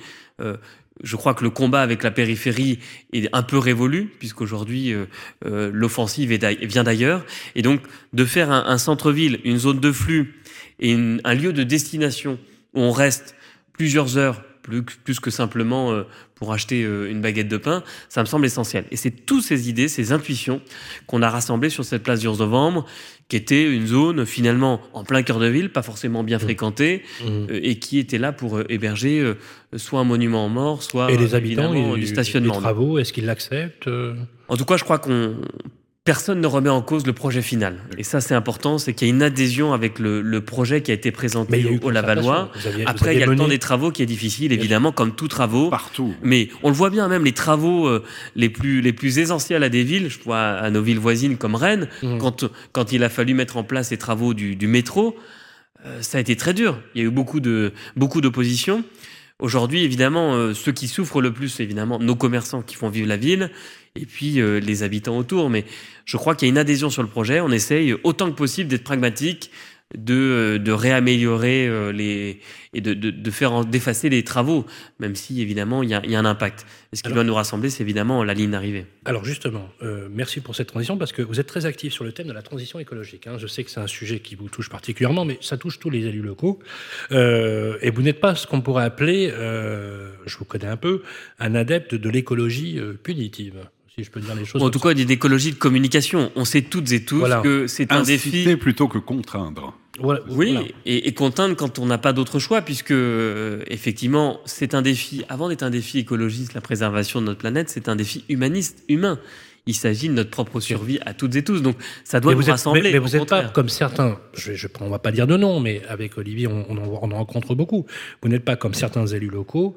Speaker 6: Je crois que le combat avec la périphérie est un peu révolu, puisqu'aujourd'hui, l'offensive vient d'ailleurs. Et donc, de faire un centre-ville, une zone de flux et un lieu de destination où on reste plusieurs heures, plus que simplement pour acheter une baguette de pain, ça me semble essentiel. Et c'est toutes ces idées, ces intuitions qu'on a rassemblées sur cette place du 11 novembre, qui était une zone finalement en plein cœur de ville, pas forcément bien fréquentée, et qui était là pour héberger soit un monument aux morts, soit
Speaker 2: et les habitants,
Speaker 6: du stationnement.
Speaker 2: Les travaux, est-ce qu'ils l'acceptent ?
Speaker 6: En tout cas, je crois personne ne remet en cause le projet final. Et ça, c'est important, c'est qu'il y a une adhésion avec le projet qui a été présenté au Lavallois. Après, il y a le temps des travaux qui est difficile, évidemment, comme tout travaux.
Speaker 3: Partout.
Speaker 6: Mais on le voit bien, même les travaux les plus essentiels à des villes, je vois à nos villes voisines comme Rennes, quand il a fallu mettre en place les travaux du métro, ça a été très dur. Il y a eu beaucoup d'opposition. Aujourd'hui, évidemment, ceux qui souffrent le plus, c'est évidemment nos commerçants qui font vivre la ville, et puis les habitants autour. Mais je crois qu'il y a une adhésion sur le projet. On essaye autant que possible d'être pragmatique, de réaméliorer et d'effacer les travaux, même si évidemment il y a un impact. Et ce qui doit nous rassembler, c'est évidemment la ligne d'arrivée.
Speaker 2: Alors justement, merci pour cette transition, parce que vous êtes très actif sur le thème de la transition écologique. Je sais que c'est un sujet qui vous touche particulièrement, mais ça touche tous les élus locaux. Et vous n'êtes pas ce qu'on pourrait appeler, je vous connais un peu, un adepte de l'écologie punitive. Si je peux dire les choses.
Speaker 6: En tout cas, d'écologie de communication. On sait toutes et tous que c'est un défi.
Speaker 3: Inciter plutôt que contraindre.
Speaker 6: Oui, et contraindre quand on n'a pas d'autre choix, puisque effectivement, c'est un défi. Avant d'être un défi écologiste, la préservation de notre planète, c'est un défi humain. Il s'agit de notre propre survie à toutes et tous. Donc, ça doit nous rassembler.
Speaker 2: Mais vous n'êtes pas comme certains. On ne va pas dire de nom, mais avec Olivier, on en rencontre beaucoup. Vous n'êtes pas comme certains élus locaux,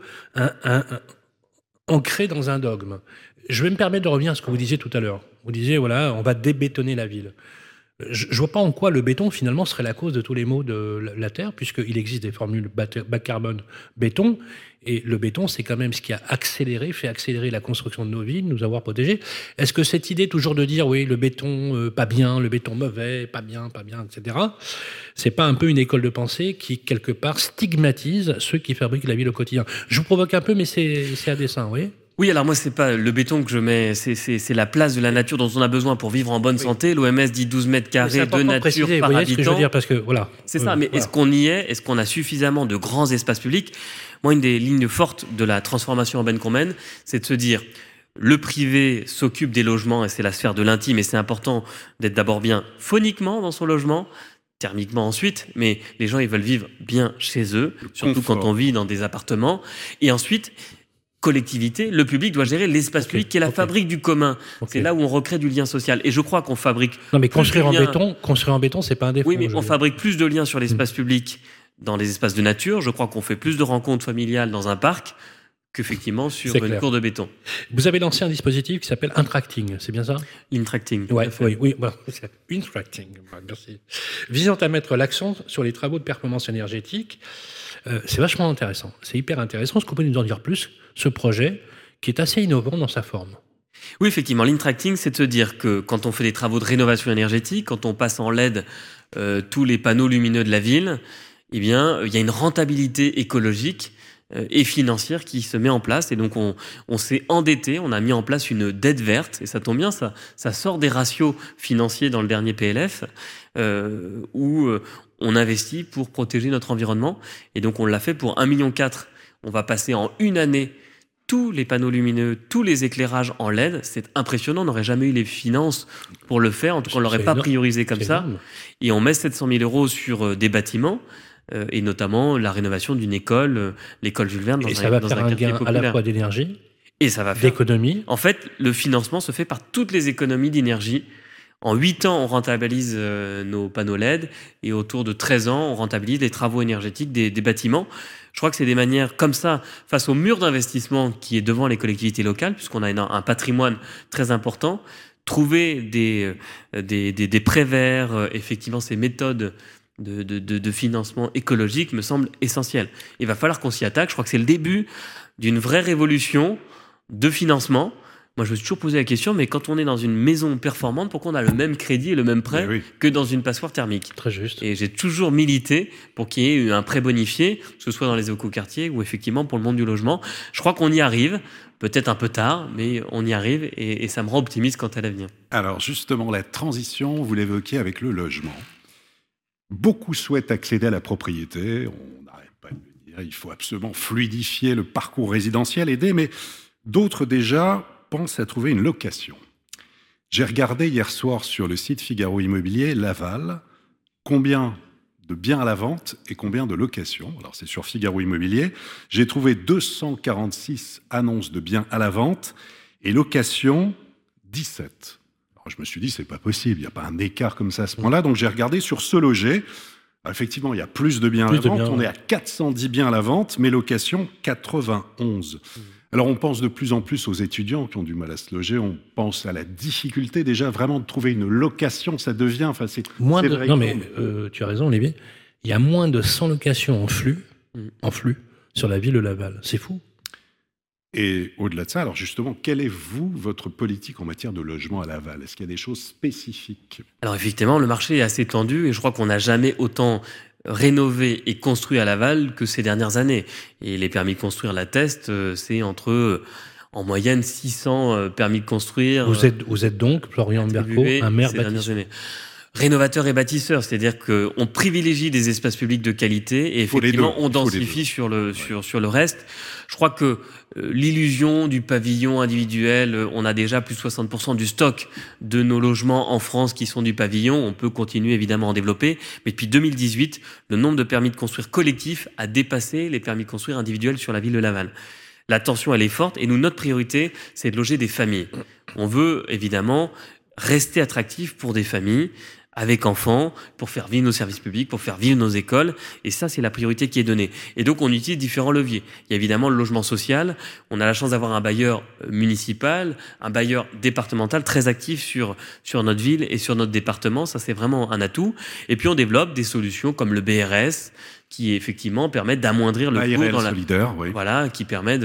Speaker 2: ancrés dans un dogme. Je vais me permettre de revenir à ce que vous disiez tout à l'heure. Vous disiez, voilà, on va débétonner la ville. Je ne vois pas en quoi le béton, finalement, serait la cause de tous les maux de la Terre, puisqu'il existe des formules bas carbone béton, et le béton, c'est quand même ce qui a fait accélérer la construction de nos villes, nous avoir protégés. Est-ce que cette idée toujours de dire, oui, le béton pas bien, le béton mauvais, pas bien, etc., c'est pas un peu une école de pensée qui, quelque part, stigmatise ceux qui fabriquent la ville au quotidien? Je vous provoque un peu, mais c'est à dessein, oui.
Speaker 6: Oui, alors moi, c'est pas le béton que je mets, c'est la place de la nature dont on a besoin pour vivre en bonne santé. L'OMS dit 12 mètres carrés de nature par habitant.
Speaker 2: Ce que je veux dire, parce que, voilà.
Speaker 6: C'est ça, mais est-ce qu'on y est? Est-ce qu'on a suffisamment de grands espaces publics? Moi, une des lignes fortes de la transformation urbaine qu'on mène, c'est de se dire, le privé s'occupe des logements et c'est la sphère de l'intime, et c'est important d'être d'abord bien phoniquement dans son logement, thermiquement ensuite, mais les gens, ils veulent vivre bien chez eux, surtout quand on vit dans des appartements. Et ensuite, collectivité, le public doit gérer l'espace public qui est la fabrique du commun. C'est là où on recrée du lien social. Et je crois qu'on fabrique...
Speaker 2: Non, mais construire en béton, c'est pas un défaut.
Speaker 6: Oui, mais on fabrique plus de liens sur l'espace public dans les espaces de nature. Je crois qu'on fait plus de rencontres familiales dans un parc qu'effectivement sur une cour de béton.
Speaker 2: Vous avez lancé un dispositif qui s'appelle Intracting, c'est bien ça?
Speaker 6: Intracting.
Speaker 2: Oui, voilà. Intracting, merci. Visant à mettre l'accent sur les travaux de performance énergétique, c'est vachement intéressant. C'est hyper intéressant. Est-ce qu'on peut nous en dire plus, ce projet qui est assez innovant dans sa forme?
Speaker 6: Oui, effectivement. L'intracting, c'est de se dire que quand on fait des travaux de rénovation énergétique, quand on passe en LED tous les panneaux lumineux de la ville, eh bien, il y a une rentabilité écologique et financière qui se met en place. Et donc, on s'est endetté, on a mis en place une dette verte. Et ça tombe bien, ça sort des ratios financiers dans le dernier PLF, où on investit pour protéger notre environnement. Et donc, on l'a fait pour 1,4 million. On va passer en une année tous les panneaux lumineux, tous les éclairages en LED. C'est impressionnant, on n'aurait jamais eu les finances pour le faire. En tout cas, on ne l'aurait pas priorisé comme ça. Et on met 700 000 € sur des bâtiments, et notamment la rénovation d'une école, l'école Jules Verne, dans un quartier populaire. Et ça va faire un gain
Speaker 2: à la fois d'énergie
Speaker 6: et ça va faire
Speaker 2: d'économie.
Speaker 6: En fait, le financement se fait par toutes les économies d'énergie. En 8 ans, on rentabilise nos panneaux LED, et autour de 13 ans, on rentabilise les travaux énergétiques des bâtiments. Je crois que c'est des manières comme ça, face au mur d'investissement qui est devant les collectivités locales, puisqu'on a un patrimoine très important, trouver des prêts verts, effectivement ces méthodes de financement écologique me semble essentiel. Il va falloir qu'on s'y attaque. Je crois que c'est le début d'une vraie révolution de financement. Moi, je me suis toujours posé la question, mais quand on est dans une maison performante, pourquoi on a le même crédit et le même prêt que dans une passoire thermique?
Speaker 2: Très juste.
Speaker 6: Et j'ai toujours milité pour qu'il y ait un prêt bonifié, que ce soit dans les écoquartiers ou effectivement pour le monde du logement. Je crois qu'on y arrive, peut-être un peu tard, mais on y arrive et ça me rend optimiste quant à l'avenir.
Speaker 3: Alors justement, la transition, vous l'évoquiez avec le logement. Beaucoup souhaitent accéder à la propriété. On n'arrête pas de le dire, il faut absolument fluidifier le parcours résidentiel, aider, mais d'autres déjà pense à trouver une location. J'ai regardé hier soir sur le site Figaro Immobilier, Laval, combien de biens à la vente et combien de locations. Alors c'est sur Figaro Immobilier. J'ai trouvé 246 annonces de biens à la vente et locations 17. Alors je me suis dit, c'est pas possible, il n'y a pas un écart comme ça à ce point-là. Donc j'ai regardé sur Se Loger. Alors, effectivement, il y a plus de biens à la vente. On est à 410 biens à la vente, mais locations 91. Alors, on pense de plus en plus aux étudiants qui ont du mal à se loger. On pense à la difficulté déjà vraiment de trouver une location. Ça devient... Enfin, c'est vrai.
Speaker 2: Non, mais tu as raison, Olivier. Il y a moins de 100 locations en flux sur la ville de Laval. C'est fou.
Speaker 3: Et au-delà de ça, alors justement, quelle est, votre politique en matière de logement à Laval ? Est-ce qu'il y a des choses spécifiques ?
Speaker 6: Alors effectivement, le marché est assez tendu et je crois qu'on n'a jamais autant rénové et construit à Laval que ces dernières années. Et les permis de construire l'attestent, c'est entre, en moyenne, 600 permis de construire.
Speaker 2: Vous êtes donc, Florian Berco, un maire bâtisseur.
Speaker 6: Rénovateur et bâtisseur, c'est-à-dire qu'on privilégie des espaces publics de qualité et effectivement on densifie sur le reste. Je crois que l'illusion du pavillon individuel, on a déjà plus de 60% du stock de nos logements en France qui sont du pavillon. On peut continuer évidemment à en développer, mais depuis 2018, le nombre de permis de construire collectifs a dépassé les permis de construire individuels sur la ville de Laval. La tension, elle est forte et nous, notre priorité, c'est de loger des familles. On veut évidemment rester attractif pour des familles avec enfants, pour faire vivre nos services publics, pour faire vivre nos écoles. Et ça, c'est la priorité qui est donnée. Et donc, on utilise différents leviers. Il y a évidemment le logement social. On a la chance d'avoir un bailleur municipal, un bailleur départemental très actif sur notre ville et sur notre département. Ça, c'est vraiment un atout. Et puis, on développe des solutions comme le BRS, qui effectivement permettent d'amoindrir le coût dans
Speaker 3: solidaire, oui.
Speaker 6: Voilà, qui permet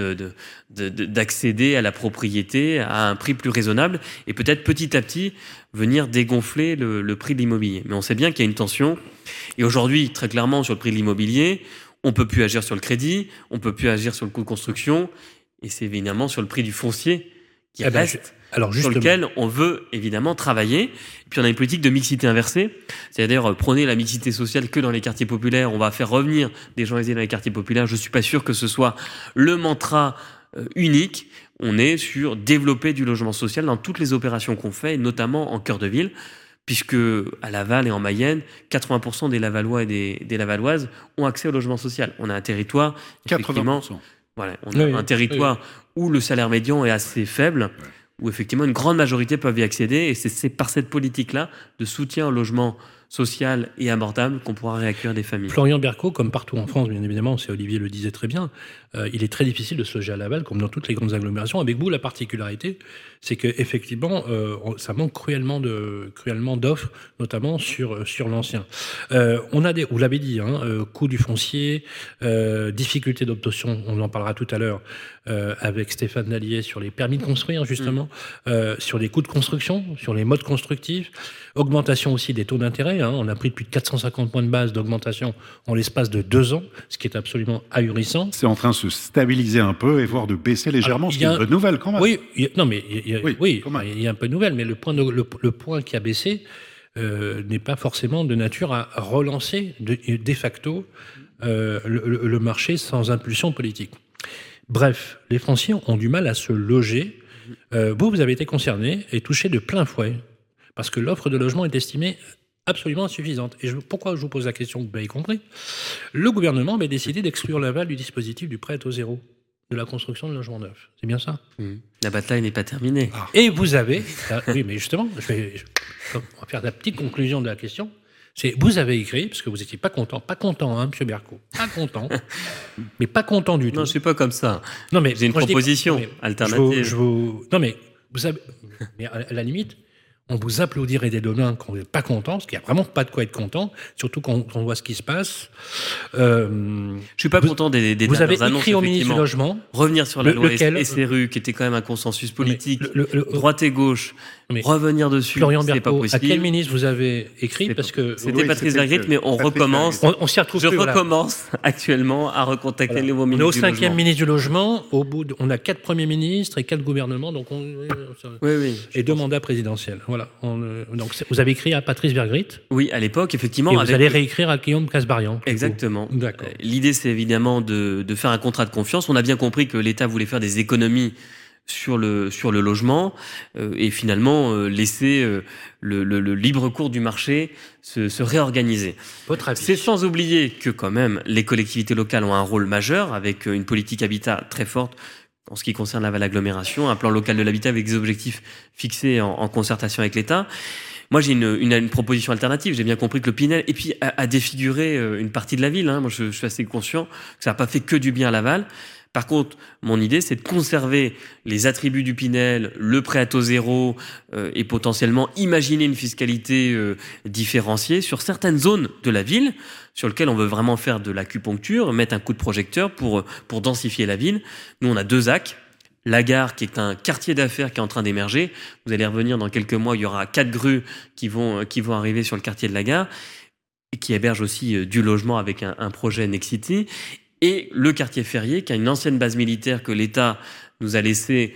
Speaker 6: d'accéder à la propriété à un prix plus raisonnable et peut-être petit à petit venir dégonfler le prix de l'immobilier. Mais on sait bien qu'il y a une tension. Et aujourd'hui, très clairement, sur le prix de l'immobilier, on peut plus agir sur le crédit, on peut plus agir sur le coût de construction, et c'est évidemment sur le prix du foncier qui reste.
Speaker 2: Alors
Speaker 6: sur lequel on veut évidemment travailler. Et puis on a une politique de mixité inversée, c'est-à-dire prôner la mixité sociale que dans les quartiers populaires. On va faire revenir des gens aisés dans les quartiers populaires. Je suis pas sûr que ce soit le mantra unique. On est sur développer du logement social dans toutes les opérations qu'on fait, et notamment en cœur de ville, puisque à Laval et en Mayenne, 80% des Lavallois et des Lavalloises ont accès au logement social. On a un territoire, effectivement,
Speaker 3: 80%.
Speaker 6: Voilà, on a un territoire où le salaire médian est assez faible. Où effectivement une grande majorité peuvent y accéder, et c'est par cette politique-là de soutien au logement social et abordable qu'on pourra réaccueillir des familles.
Speaker 2: Florian Berco, comme partout en France, bien évidemment, c'est Olivier le disait très bien, il est très difficile de se loger à Laval, comme dans toutes les grandes agglomérations. Avec vous, la particularité, c'est qu'effectivement, ça manque cruellement d'offres, notamment sur l'ancien. Vous l'avez dit, coût du foncier, difficulté d'obtention, on en parlera tout à l'heure avec Stéphane Dallier sur les permis de construire, justement, sur les coûts de construction, sur les modes constructifs, augmentation aussi des taux d'intérêt. On a pris plus de 450 points de base d'augmentation en l'espace de 2 ans, ce qui est absolument ahurissant.
Speaker 3: C'est en train de se stabiliser un peu et voire de baisser légèrement, ce qui est une bonne nouvelle quand même.
Speaker 2: Oui, il y a un peu de nouvelle, mais le point qui a baissé n'est pas forcément de nature à relancer de facto le marché sans impulsion politique. Bref, les Français ont du mal à se loger. Vous avez été concerné et touché de plein fouet, parce que l'offre de logement est estimée absolument insuffisante. Et pourquoi je vous pose la question, vous l'avez compris. Le gouvernement avait décidé d'exclure Laval du dispositif du prêt à taux zéro, de la construction de logements neufs. C'est bien ça ?
Speaker 6: La bataille n'est pas terminée.
Speaker 2: Et vous avez... oui, mais justement, on va faire la petite conclusion de la question. Vous avez écrit, parce que vous n'étiez pas content, M. Berco, pas content, mais pas content du tout.
Speaker 6: Non, je ne suis pas comme ça.
Speaker 2: Non, mais
Speaker 6: j'ai une proposition alternative.
Speaker 2: Non, mais vous savez, mais à la limite, on vous applaudirait des deux mains quand vous n'êtes pas content, parce qu'il n'y a vraiment pas de quoi être content, surtout quand on voit ce qui se passe.
Speaker 6: Je ne suis pas content des
Speaker 2: vous avez
Speaker 6: annonces,
Speaker 2: écrit au ministre du Logement.
Speaker 6: Revenir sur la loi SRU, qui était quand même un consensus politique, droite et gauche. Revenir dessus,
Speaker 2: Florian
Speaker 6: c'est pas
Speaker 2: Berco,
Speaker 6: possible.
Speaker 2: à quel ministre vous avez écrit ? Parce que
Speaker 6: c'était Patrice Vergrit, mais on recommence.
Speaker 2: On s'y retrouve.
Speaker 6: Je recommence actuellement à recontacter le nouveau ministre du Logement.
Speaker 2: On est au 5e ministre du Logement. On a 4 premiers ministres et 4 gouvernements, donc et 2 mandats présidentiels. Voilà. Donc vous avez écrit à Patrice Vergrit.
Speaker 6: Oui, à l'époque, effectivement.
Speaker 2: Et vous allez réécrire à Guillaume Casbarian.
Speaker 6: Exactement.
Speaker 2: D'accord.
Speaker 6: L'idée, c'est évidemment de faire un contrat de confiance. On a bien compris que l'État voulait faire des économies sur le logement et finalement laisser le libre cours du marché se réorganiser.
Speaker 2: Votre avis ?
Speaker 6: C'est sans oublier que quand même les collectivités locales ont un rôle majeur avec une politique habitat très forte en ce qui concerne la Laval Agglomération, un plan local de l'habitat avec des objectifs fixés en concertation avec l'État. Moi, j'ai une proposition alternative. J'ai bien compris que le Pinel, et puis a défiguré une partie de la ville. Moi, je suis assez conscient que ça n'a pas fait que du bien à Laval. Par contre, mon idée, c'est de conserver les attributs du Pinel, le prêt à taux zéro, et potentiellement imaginer une fiscalité différenciée sur certaines zones de la ville, sur lesquelles on veut vraiment faire de l'acupuncture, mettre un coup de projecteur pour densifier la ville. Nous, on a 2 axes. la gare, qui est un quartier d'affaires qui est en train d'émerger. Vous allez revenir dans quelques mois, il y aura 4 grues qui vont arriver sur le quartier de la gare, et qui héberge aussi du logement avec un projet Nexity. Et le quartier Ferrier, qui a une ancienne base militaire que l'État nous a laissé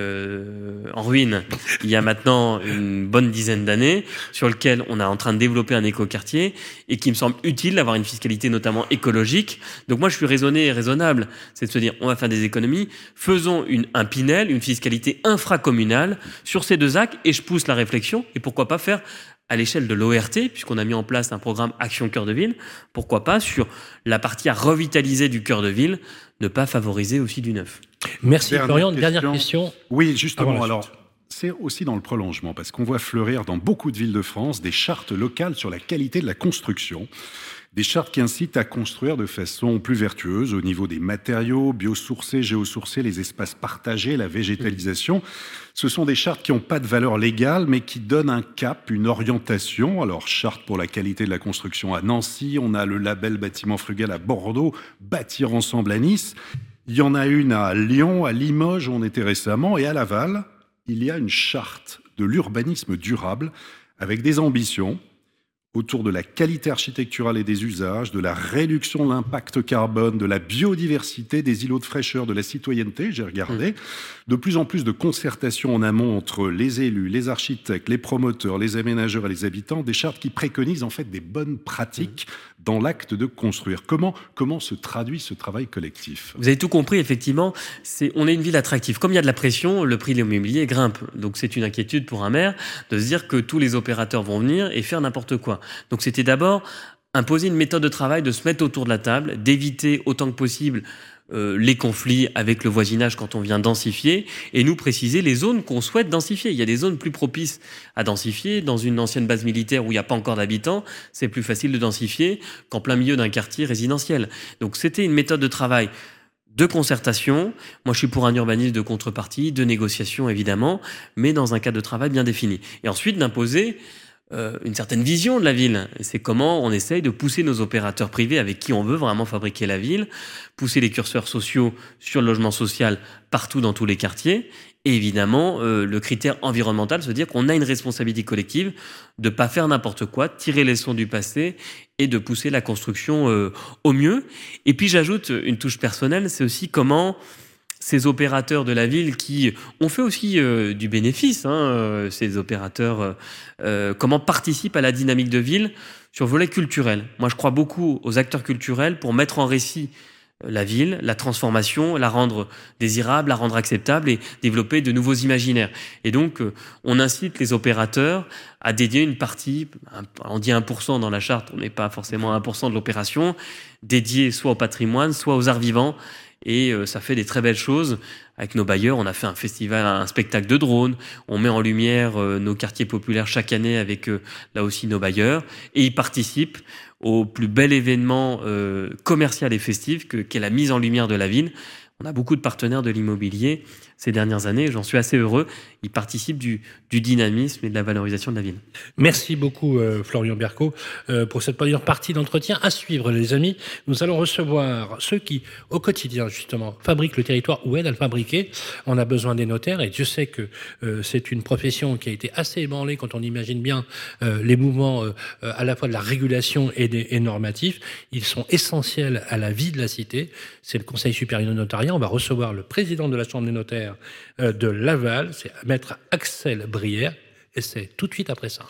Speaker 6: en ruine il y a maintenant une bonne dizaine d'années, sur lequel on est en train de développer un écoquartier et qui me semble utile d'avoir une fiscalité notamment écologique. Donc moi, je suis raisonné et raisonnable. C'est de se dire, on va faire des économies, faisons un Pinel, une fiscalité infracommunale sur ces 2 axes, et je pousse la réflexion. Et pourquoi pas faire à l'échelle de l'ORT, puisqu'on a mis en place un programme Action Cœur de Ville, pourquoi pas sur la partie à revitaliser du cœur de ville, ne pas favoriser aussi du neuf.
Speaker 2: Merci Florian. Dernière question.
Speaker 3: Oui, justement, alors c'est aussi dans le prolongement, parce qu'on voit fleurir dans beaucoup de villes de France des chartes locales sur la qualité de la construction. Des chartes qui incitent à construire de façon plus vertueuse au niveau des matériaux, biosourcés, géosourcés, les espaces partagés, la végétalisation. Ce sont des chartes qui n'ont pas de valeur légale, mais qui donnent un cap, une orientation. Alors, charte pour la qualité de la construction à Nancy, on a le label Bâtiment Frugal à Bordeaux, Bâtir Ensemble à Nice. Il y en a une à Lyon, à Limoges, où on était récemment, et à Laval, il y a une charte de l'urbanisme durable avec des ambitions autour de la qualité architecturale et des usages, de la réduction de l'impact carbone, de la biodiversité, des îlots de fraîcheur, de la citoyenneté, j'ai regardé. De plus en plus de concertation en amont entre les élus, les architectes, les promoteurs, les aménageurs et les habitants, des chartes qui préconisent en fait des bonnes pratiques dans l'acte de construire. Comment se traduit ce travail collectif ?
Speaker 6: Vous avez tout compris, effectivement. On est une ville attractive. Comme il y a de la pression, le prix de l'immobilier grimpe. Donc c'est une inquiétude pour un maire de se dire que tous les opérateurs vont venir et faire n'importe quoi. Donc c'était d'abord imposer une méthode de travail, de se mettre autour de la table, d'éviter autant que possible les conflits avec le voisinage quand on vient densifier, et nous préciser les zones qu'on souhaite densifier. Il y a des zones plus propices à densifier. Dans une ancienne base militaire où il n'y a pas encore d'habitants, c'est plus facile de densifier qu'en plein milieu d'un quartier résidentiel. Donc c'était une méthode de travail de concertation. Moi, je suis pour un urbanisme de contrepartie, de négociation évidemment, mais dans un cadre de travail bien défini. Et ensuite d'imposer une certaine vision de la ville. C'est comment on essaye de pousser nos opérateurs privés avec qui on veut vraiment fabriquer la ville, pousser les curseurs sociaux sur le logement social partout dans tous les quartiers. Et évidemment, le critère environnemental, se dire qu'on a une responsabilité collective de pas faire n'importe quoi, tirer les leçons du passé et de pousser la construction au mieux. Et puis j'ajoute une touche personnelle, c'est aussi comment ces opérateurs de la ville qui ont fait aussi du bénéfice, ces opérateurs, comment participent à la dynamique de ville sur le volet culturel. Moi, je crois beaucoup aux acteurs culturels pour mettre en récit la ville, la transformation, la rendre désirable, la rendre acceptable et développer de nouveaux imaginaires. Et donc, on incite les opérateurs à dédier une partie, on dit 1% dans la charte, on n'est pas forcément à 1% de l'opération, dédiée soit au patrimoine, soit aux arts vivants. Et ça fait des très belles choses avec nos bailleurs. On a fait un festival, un spectacle de drones. On met en lumière nos quartiers populaires chaque année avec là aussi nos bailleurs. Et ils participent au plus bel événement commercial et festif qu'est la mise en lumière de la ville. On a beaucoup de partenaires de l'immobilier ces dernières années. J'en suis assez heureux. Ils participent du dynamisme et de la valorisation de la ville.
Speaker 2: Merci beaucoup, Florian Berco, pour cette première partie d'entretien. À suivre, les amis, nous allons recevoir ceux qui, au quotidien, justement, fabriquent le territoire ou aident à le fabriquer. On a besoin des notaires et Dieu sait que c'est une profession qui a été assez ébranlée quand on imagine bien les mouvements à la fois de la régulation et normatifs. Ils sont essentiels à la vie de la cité. C'est le Conseil supérieur du notariat. On va recevoir le président de la Chambre des notaires de Laval, c'est Maître Axel Brière, et c'est tout de suite après ça.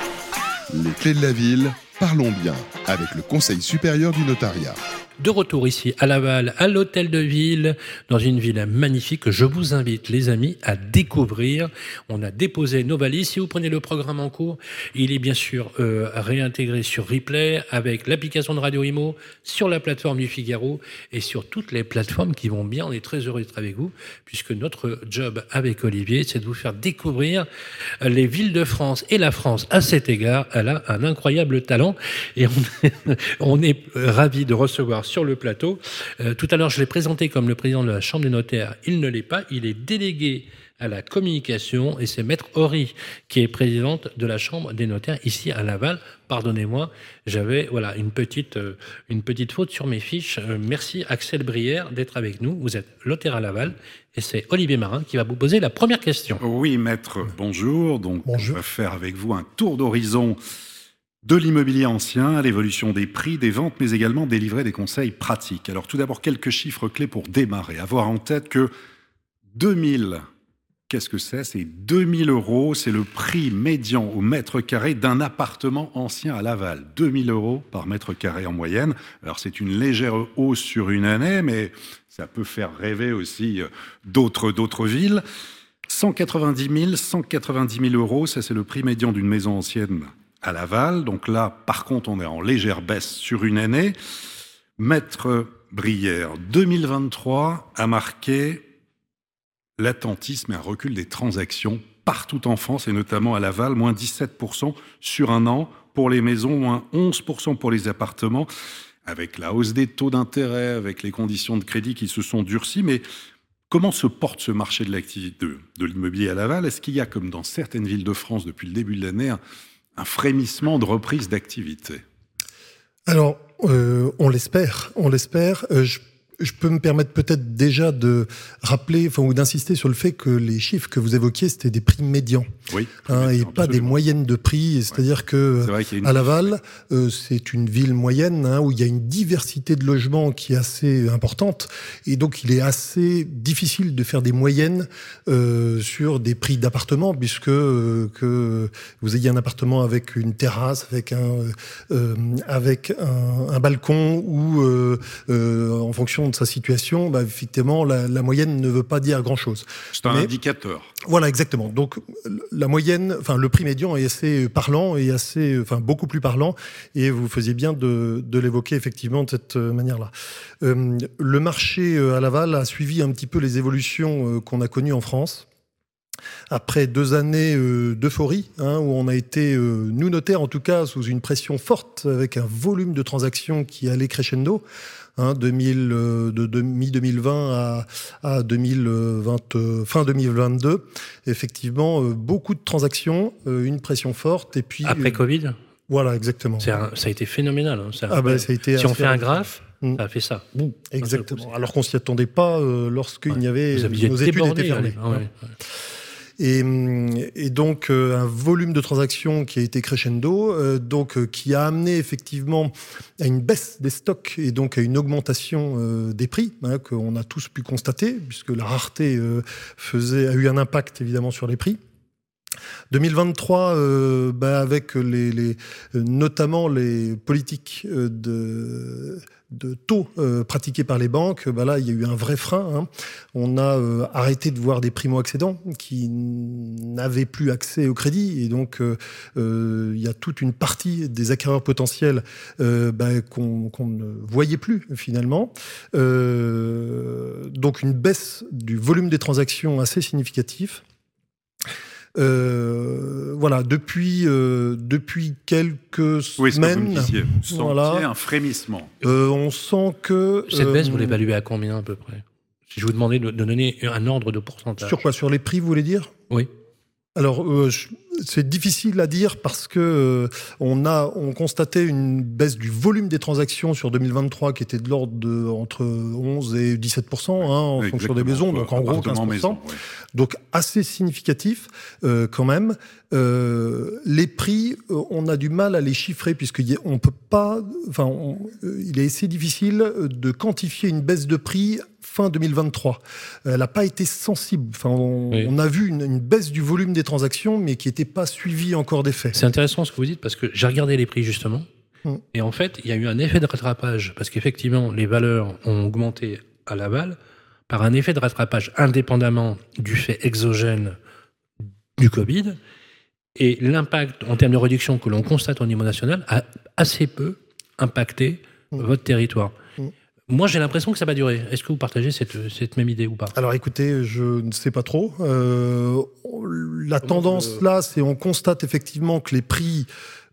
Speaker 1: Les clés de la ville, parlons bien, avec le Conseil supérieur du notariat.
Speaker 2: De retour ici à Laval, à l'Hôtel de Ville, dans une ville magnifique que je vous invite, les amis, à découvrir. On a déposé nos valises. Si vous prenez le programme en cours, il est bien sûr réintégré sur replay avec l'application de Radio Imo, sur la plateforme du Figaro et sur toutes les plateformes qui vont bien. On est très heureux d'être avec vous, puisque notre job avec Olivier, c'est de vous faire découvrir les villes de France. Et la France, à cet égard, elle a un incroyable talent. Et on est ravis de recevoir sur le plateau. Tout à l'heure, je l'ai présenté comme le président de la Chambre des notaires. Il ne l'est pas. Il est délégué à la communication et c'est Maître Horry qui est présidente de la Chambre des notaires ici à Laval. Pardonnez-moi, j'avais une petite faute sur mes fiches. Merci Axel Brière d'être avec nous. Vous êtes notaire à Laval Et c'est Olivier Marin qui va vous poser la première question.
Speaker 3: Oui, maître, bonjour. Donc,
Speaker 8: Bonjour.
Speaker 3: on va faire avec vous un tour d'horizon de l'immobilier ancien, l'évolution des prix, des ventes, mais également délivrer des conseils pratiques. Alors, tout d'abord, quelques chiffres clés pour démarrer. Avoir en tête que 2000, qu'est-ce que c'est ? C'est 2000 €, c'est le prix médian au mètre carré d'un appartement ancien à Laval. 2000 € par mètre carré en moyenne. Alors, c'est une légère hausse sur une année, mais ça peut faire rêver aussi d'autres villes. 190 000 €, ça c'est le prix médian d'une maison ancienne à Laval. Donc là, par contre, on est en légère baisse sur une année. Maître Brière, 2023 a marqué l'attentisme et un recul des transactions partout en France et notamment à Laval, moins 17% sur un an pour les maisons, moins 11% pour les appartements, avec la hausse des taux d'intérêt, avec les conditions de crédit qui se sont durcies. Mais comment se porte ce marché de l'activité de l'immobilier à Laval ? Est-ce qu'il y a, comme dans certaines villes de France depuis le début de l'année, un frémissement de reprise d'activité ?
Speaker 8: Alors, on l'espère. Je peux me permettre peut-être déjà de rappeler, ou d'insister sur le fait que les chiffres que vous évoquiez, c'était des prix médians,
Speaker 3: oui,
Speaker 8: et pas des moyennes de prix. C'est-à-dire que à Laval, c'est une ville moyenne où il y a une diversité de logements qui est assez importante, et donc il est assez difficile de faire des moyennes sur des prix d'appartements, puisque que vous ayez un appartement avec une terrasse, avec un balcon, ou en fonction de sa situation, effectivement, la moyenne ne veut pas dire grand-chose.
Speaker 3: C'est un indicateur.
Speaker 8: Voilà, exactement. Donc, la moyenne, le prix médian est assez parlant et beaucoup plus parlant. Et vous faisiez bien de l'évoquer effectivement de cette manière-là. Le marché à Laval a suivi un petit peu les évolutions qu'on a connues en France. Après 2 années d'euphorie, où on a été, nous notaires en tout cas, sous une pression forte, avec un volume de transactions qui allait crescendo, de mi-2020 à 2020, fin 2022. Effectivement, beaucoup de transactions, une pression forte, et puis...
Speaker 2: Après Covid ?
Speaker 8: Voilà, exactement.
Speaker 2: Ça a été phénoménal. Ça a été
Speaker 8: si
Speaker 2: on fait un graphe, ça a fait ça.
Speaker 8: Exactement. Alors qu'on s'y attendait pas lorsqu'il y avait...
Speaker 2: Nos études étaient fermées.
Speaker 8: Et donc un volume de transactions qui a été crescendo, qui a amené effectivement à une baisse des stocks et donc à une augmentation des prix, qu'on a tous pu constater, puisque la rareté a eu un impact évidemment sur les prix. 2023, avec notamment les politiques de taux pratiqués par les banques, là, il y a eu un vrai frein. On a arrêté de voir des primo-accédants qui n'avaient plus accès au crédit. Et donc, il y a toute une partie des acquéreurs potentiels qu'on ne voyait plus, finalement. Donc, une baisse du volume des transactions assez significatif. Depuis quelques semaines,
Speaker 3: un frémissement.
Speaker 8: On sent que
Speaker 2: cette baisse, vous l'évaluez à combien à peu près ? Si je vous demandais de donner un ordre de pourcentage.
Speaker 8: Sur quoi ? Sur les prix, vous voulez dire ?
Speaker 2: Oui.
Speaker 8: Alors, c'est difficile à dire parce que on constatait une baisse du volume des transactions sur 2023 qui était de l'ordre de entre 11 et 17% en fonction des maisons, donc en gros 15%. Maison, oui. Donc assez significatif quand même. Les prix, on a du mal à les chiffrer puisqu'on peut pas. Il est assez difficile de quantifier une baisse de prix fin 2023. Elle n'a pas été sensible. On a vu une baisse du volume des transactions, mais qui n'était pas suivie encore d'effet.
Speaker 2: C'est intéressant ce que vous dites, parce que j'ai regardé les prix, justement, et en fait, il y a eu un effet de rattrapage, parce qu'effectivement, les valeurs ont augmenté à Laval, par un effet de rattrapage indépendamment du fait exogène du Covid, et l'impact en termes de réduction que l'on constate au niveau national a assez peu impacté votre territoire. Moi, j'ai l'impression que ça va durer. Est-ce que vous partagez cette même idée ou pas ?
Speaker 8: Alors écoutez, je ne sais pas trop. La tendance là, c'est on constate effectivement que les prix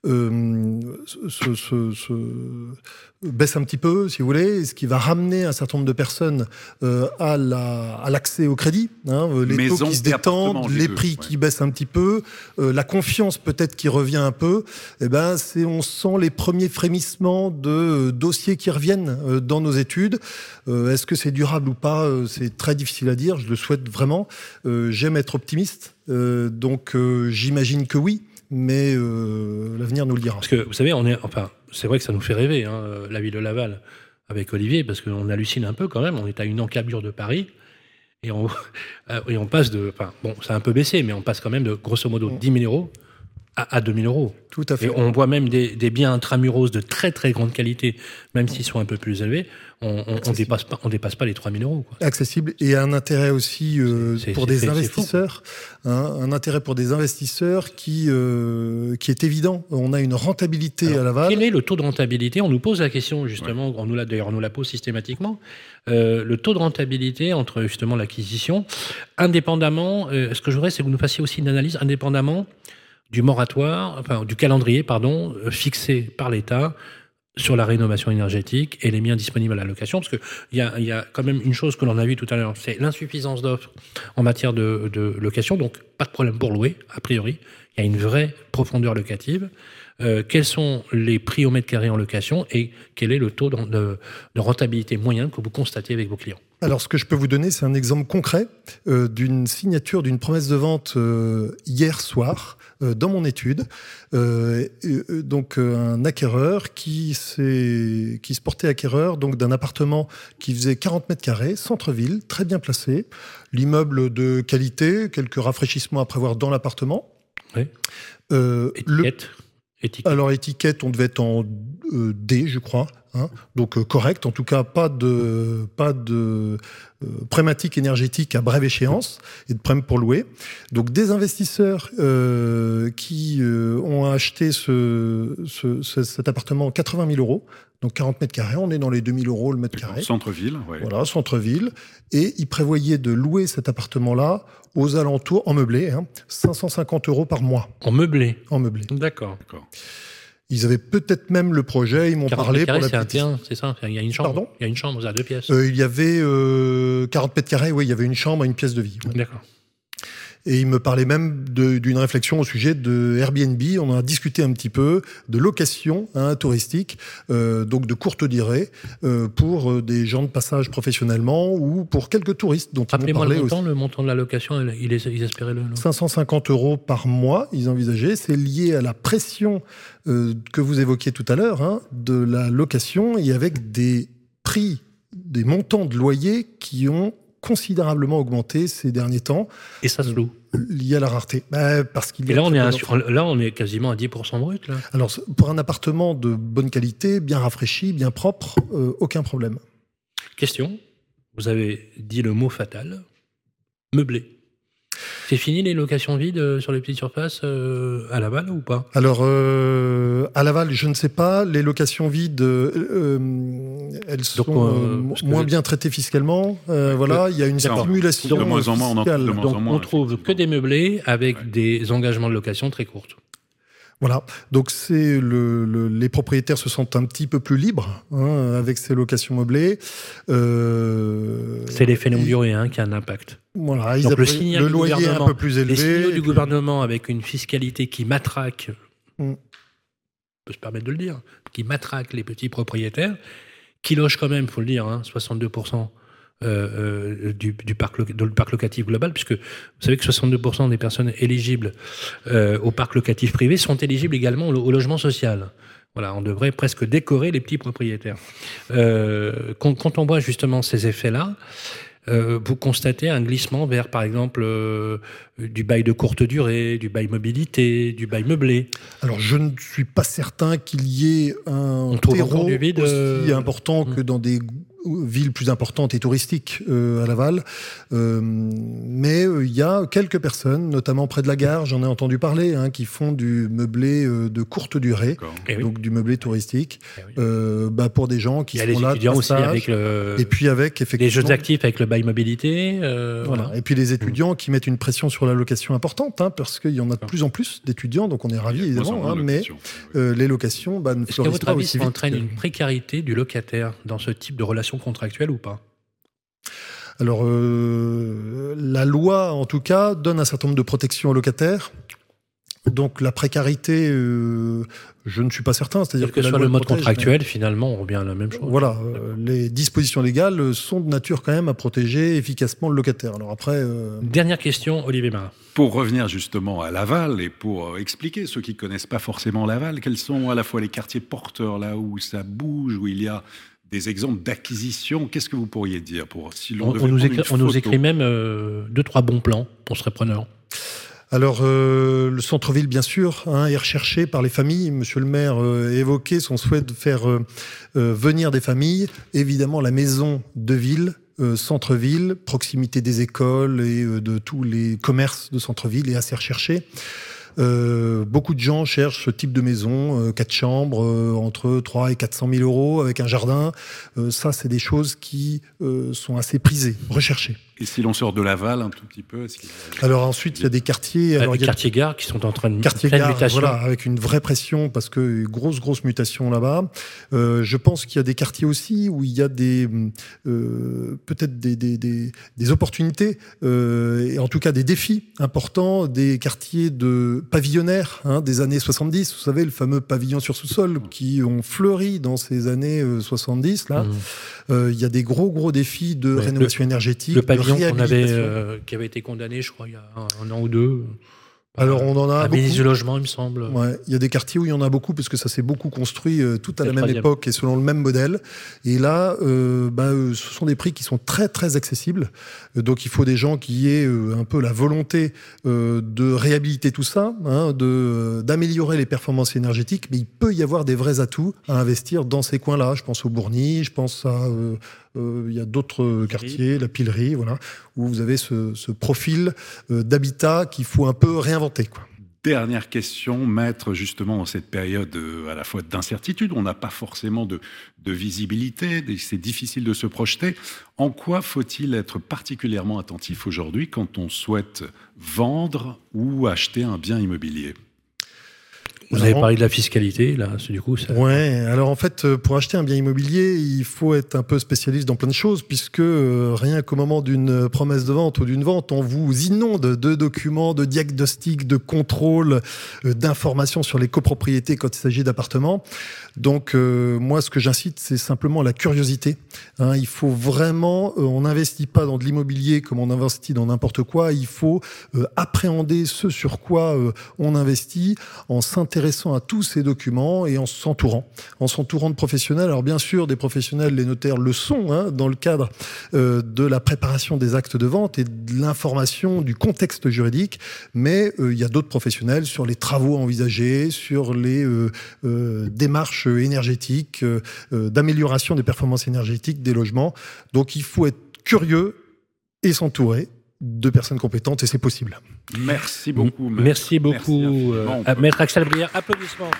Speaker 8: baisse un petit peu, si vous voulez, ce qui va ramener un certain nombre de personnes à l'accès au crédit, les taux qui se détendent, les prix qui baissent un petit peu, la confiance peut-être qui revient un peu. On sent les premiers frémissements de dossiers qui reviennent dans nos études. Est-ce que c'est durable ou pas? C'est très difficile à dire, je le souhaite vraiment. J'aime être optimiste, donc j'imagine que oui. Mais l'avenir nous le dira.
Speaker 2: Parce que, vous savez, c'est vrai que ça nous fait rêver, la ville de Laval, avec Olivier, parce qu'on hallucine un peu quand même. On est à une encablure de Paris, et on passe de... ça a un peu baissé, mais on passe quand même de, grosso modo, 10 000 euros à 2 000 euros.
Speaker 8: Tout à fait.
Speaker 2: Et on voit même des biens intramuros de très très grande qualité, même s'ils sont un peu plus élevés, on dépasse pas les 3 000 euros. Quoi.
Speaker 8: Accessible, et un intérêt aussi pour des investisseurs, un intérêt pour des investisseurs qui est évident. On a une rentabilité à Laval.
Speaker 2: Quel est le taux de rentabilité? On nous pose la question justement, on nous la pose systématiquement. Le taux de rentabilité entre justement l'acquisition, indépendamment, ce que je voudrais, c'est que vous nous fassiez aussi une analyse indépendamment du moratoire, du calendrier, fixé par l'État sur la rénovation énergétique et les biens disponibles à la location, parce que il y a quand même une chose que l'on a vue tout à l'heure, c'est l'insuffisance d'offres en matière de location, donc pas de problème pour louer, a priori. Il y a une vraie profondeur locative. Quels sont les prix au mètre carré en location et quel est le taux de rentabilité moyen que vous constatez avec vos clients?
Speaker 8: Alors, ce que je peux vous donner, c'est un exemple concret d'une signature d'une promesse de vente hier soir dans mon étude. Donc, un acquéreur qui se portait acquéreur donc d'un appartement qui faisait 40 mètres carrés, centre-ville, très bien placé, l'immeuble de qualité, quelques rafraîchissements à prévoir dans l'appartement.
Speaker 2: Oui. Étiquette.
Speaker 8: Alors, étiquette, on devait être en D, je crois. Donc correct, en tout cas pas de prématique énergétique à brève échéance et de prême pour louer. Donc des investisseurs qui ont acheté cet appartement 80 000 euros, donc 40 mètres carrés, on est dans les 2 000 euros le mètre carré.
Speaker 3: Centre-ville, oui.
Speaker 8: Voilà, centre-ville. Et ils prévoyaient de louer cet appartement-là aux alentours, en meublé, 550 euros par mois.
Speaker 2: En meublé?
Speaker 8: En meublé.
Speaker 2: D'accord.
Speaker 8: Ils avaient peut-être même le projet, ils m'ont parlé pour la petite...
Speaker 2: C'est ça, il y a une chambre.
Speaker 8: Pardon ?
Speaker 2: Il y a une chambre, à 2 pièces.
Speaker 8: Il y avait 40 mètres carrés, oui, il y avait une chambre et une pièce de vie. Ouais.
Speaker 2: D'accord.
Speaker 8: Et il me parlait même d'une réflexion au sujet de Airbnb. On en a discuté un petit peu, de location touristique, donc de courte durée, pour des gens de passage professionnellement ou pour quelques touristes dont ils m'ont parlé aussi.
Speaker 2: Le montant de la location, ils espéraient le...
Speaker 8: 550 euros par mois, ils envisageaient. C'est lié à la pression que vous évoquiez tout à l'heure, de la location, et avec des prix, des montants de loyer qui ont considérablement augmenté ces derniers temps.
Speaker 2: Et ça se loue.
Speaker 8: Lié à la rareté. Parce qu'il y a
Speaker 2: là, on est quasiment à 10% brut. Là.
Speaker 8: Alors, pour un appartement de bonne qualité, bien rafraîchi, bien propre, aucun problème.
Speaker 2: Question. Vous avez dit le mot fatal. Meublé. C'est fini les locations vides sur les petites surfaces à Laval ou pas?
Speaker 8: Alors, à Laval, je ne sais pas. Les locations vides, elles sont moins bien traitées fiscalement. Voilà, il y a une stimulation
Speaker 3: de moins en moins,
Speaker 2: on trouve que des meublés avec des engagements de location très courts.
Speaker 8: Voilà, donc les propriétaires se sentent un petit peu plus libres avec ces locations meublées.
Speaker 2: C'est l'effet longue durée qui a un impact.
Speaker 8: Voilà,
Speaker 2: donc le loyer est un peu
Speaker 8: plus élevé.
Speaker 2: Les signaux du gouvernement avec une fiscalité qui matraque, on peut se permettre de le dire, qui matraque les petits propriétaires, qui logent quand même, il faut le dire, 62%. Du parc locatif global, puisque vous savez que 62% des personnes éligibles au parc locatif privé sont éligibles également au logement social. Voilà, on devrait presque décorer les petits propriétaires. Quand on voit justement ces effets-là, vous constatez un glissement vers, par exemple, du bail de courte durée, du bail mobilité, du bail meublé.
Speaker 8: Alors, je ne suis pas certain qu'il y ait un terreau aussi important que dans des villes plus importantes et touristiques à Laval. Mais il y a quelques personnes, notamment près de la gare, j'en ai entendu parler, qui font du meublé de courte durée, donc du meublé touristique, pour des gens qui sont là. Il y a les
Speaker 2: étudiants aussi avec
Speaker 8: et puis avec effectivement
Speaker 2: les jeunes actifs avec le bail mobilité.
Speaker 8: Voilà. Et puis les étudiants qui mettent une pression sur la location importante, parce qu'il y en a de plus en plus d'étudiants, donc on est ravis évidemment, mais les locations ne fleurissent pas aussi vite.
Speaker 2: Ça entraîne une précarité du locataire dans ce type de relation contractuelle ou pas ?
Speaker 8: Alors, la loi, en tout cas, donne un certain nombre de protections aux locataires. Donc, la précarité, je ne suis pas certain. C'est-à-dire
Speaker 2: que soit le mode contractuel, finalement, on revient à la même chose.
Speaker 8: Voilà, les dispositions légales sont de nature quand même à protéger efficacement le locataire. Alors après...
Speaker 2: Dernière question, Olivier Marin.
Speaker 3: Pour revenir justement à Laval et pour expliquer ceux qui ne connaissent pas forcément Laval, quels sont à la fois les quartiers porteurs, là où ça bouge, où il y a des exemples d'acquisition. Qu'est-ce que vous pourriez dire pour si l'on devait
Speaker 2: on nous écrit même 2-3 bons plans, on serait preneur.
Speaker 8: Alors, le centre-ville, bien sûr, est recherché par les familles. Monsieur le maire évoquait son souhait de faire venir des familles. Évidemment, la maison de ville, centre-ville, proximité des écoles et de tous les commerces de centre-ville est assez recherché. Beaucoup de gens cherchent ce type de maison, 4 chambres, entre 3 et 400 000 euros, avec un jardin. Ça, c'est des choses qui sont assez prisées, recherchées.
Speaker 3: Et si l'on sort de Laval un tout petit peu,
Speaker 8: alors ensuite il y a des quartiers,
Speaker 2: des quartiers-gares qui sont en train de
Speaker 8: mutation. Voilà, avec une vraie pression parce que grosse mutation là-bas. Je pense qu'il y a des quartiers aussi où il y a des peut-être des opportunités et en tout cas des défis importants, des quartiers de pavillonnaires des années 70. Vous savez, le fameux pavillon sur sous-sol qui ont fleuri dans ces années 70 là. Il y a des gros défis de rénovation énergétique.
Speaker 2: Le pavillon qui avait été condamné, je crois, il y a un an ou deux.
Speaker 8: Alors on en a beaucoup.
Speaker 2: Ministre du logement, il me semble.
Speaker 8: Ouais, il y a des quartiers où il y en a beaucoup parce que ça s'est beaucoup construit tout à la même époque et selon le même modèle. Et là, ce sont des prix qui sont très très accessibles. Donc il faut des gens qui aient un peu la volonté de réhabiliter tout ça, d'améliorer les performances énergétiques. Mais il peut y avoir des vrais atouts à investir dans ces coins-là. Je pense au Bourgny, je pense à il y a d'autres quartiers, la Pilerie, voilà, où vous avez ce profil d'habitat qu'il faut un peu réinventer, quoi.
Speaker 3: Dernière question, maître, justement, en cette période à la fois d'incertitude, on n'a pas forcément de visibilité, c'est difficile de se projeter. En quoi faut-il être particulièrement attentif aujourd'hui quand on souhaite vendre ou acheter un bien immobilier ?
Speaker 2: Vous avez parlé de la fiscalité, là, du coup. Ça...
Speaker 8: Ouais. Alors en fait, pour acheter un bien immobilier, il faut être un peu spécialiste dans plein de choses, puisque rien qu'au moment d'une promesse de vente ou d'une vente, on vous inonde de documents, de diagnostics, de contrôles, d'informations sur les copropriétés quand il s'agit d'appartements. Donc moi, ce que j'incite, c'est simplement la curiosité. Il faut vraiment, on n'investit pas dans de l'immobilier comme on investit dans n'importe quoi. Il faut appréhender ce sur quoi on investit en s'intéressant à tous ces documents et en s'entourant de professionnels. Alors bien sûr, des professionnels, les notaires le sont dans le cadre de la préparation des actes de vente et de l'information du contexte juridique, mais il y a d'autres professionnels sur les travaux envisagés, sur les démarches énergétiques, d'amélioration des performances énergétiques des logements. Donc il faut être curieux et s'entourer de personnes compétentes, et c'est possible.
Speaker 3: Merci beaucoup.
Speaker 2: Merci beaucoup, Maître Axel Brière. Applaudissements.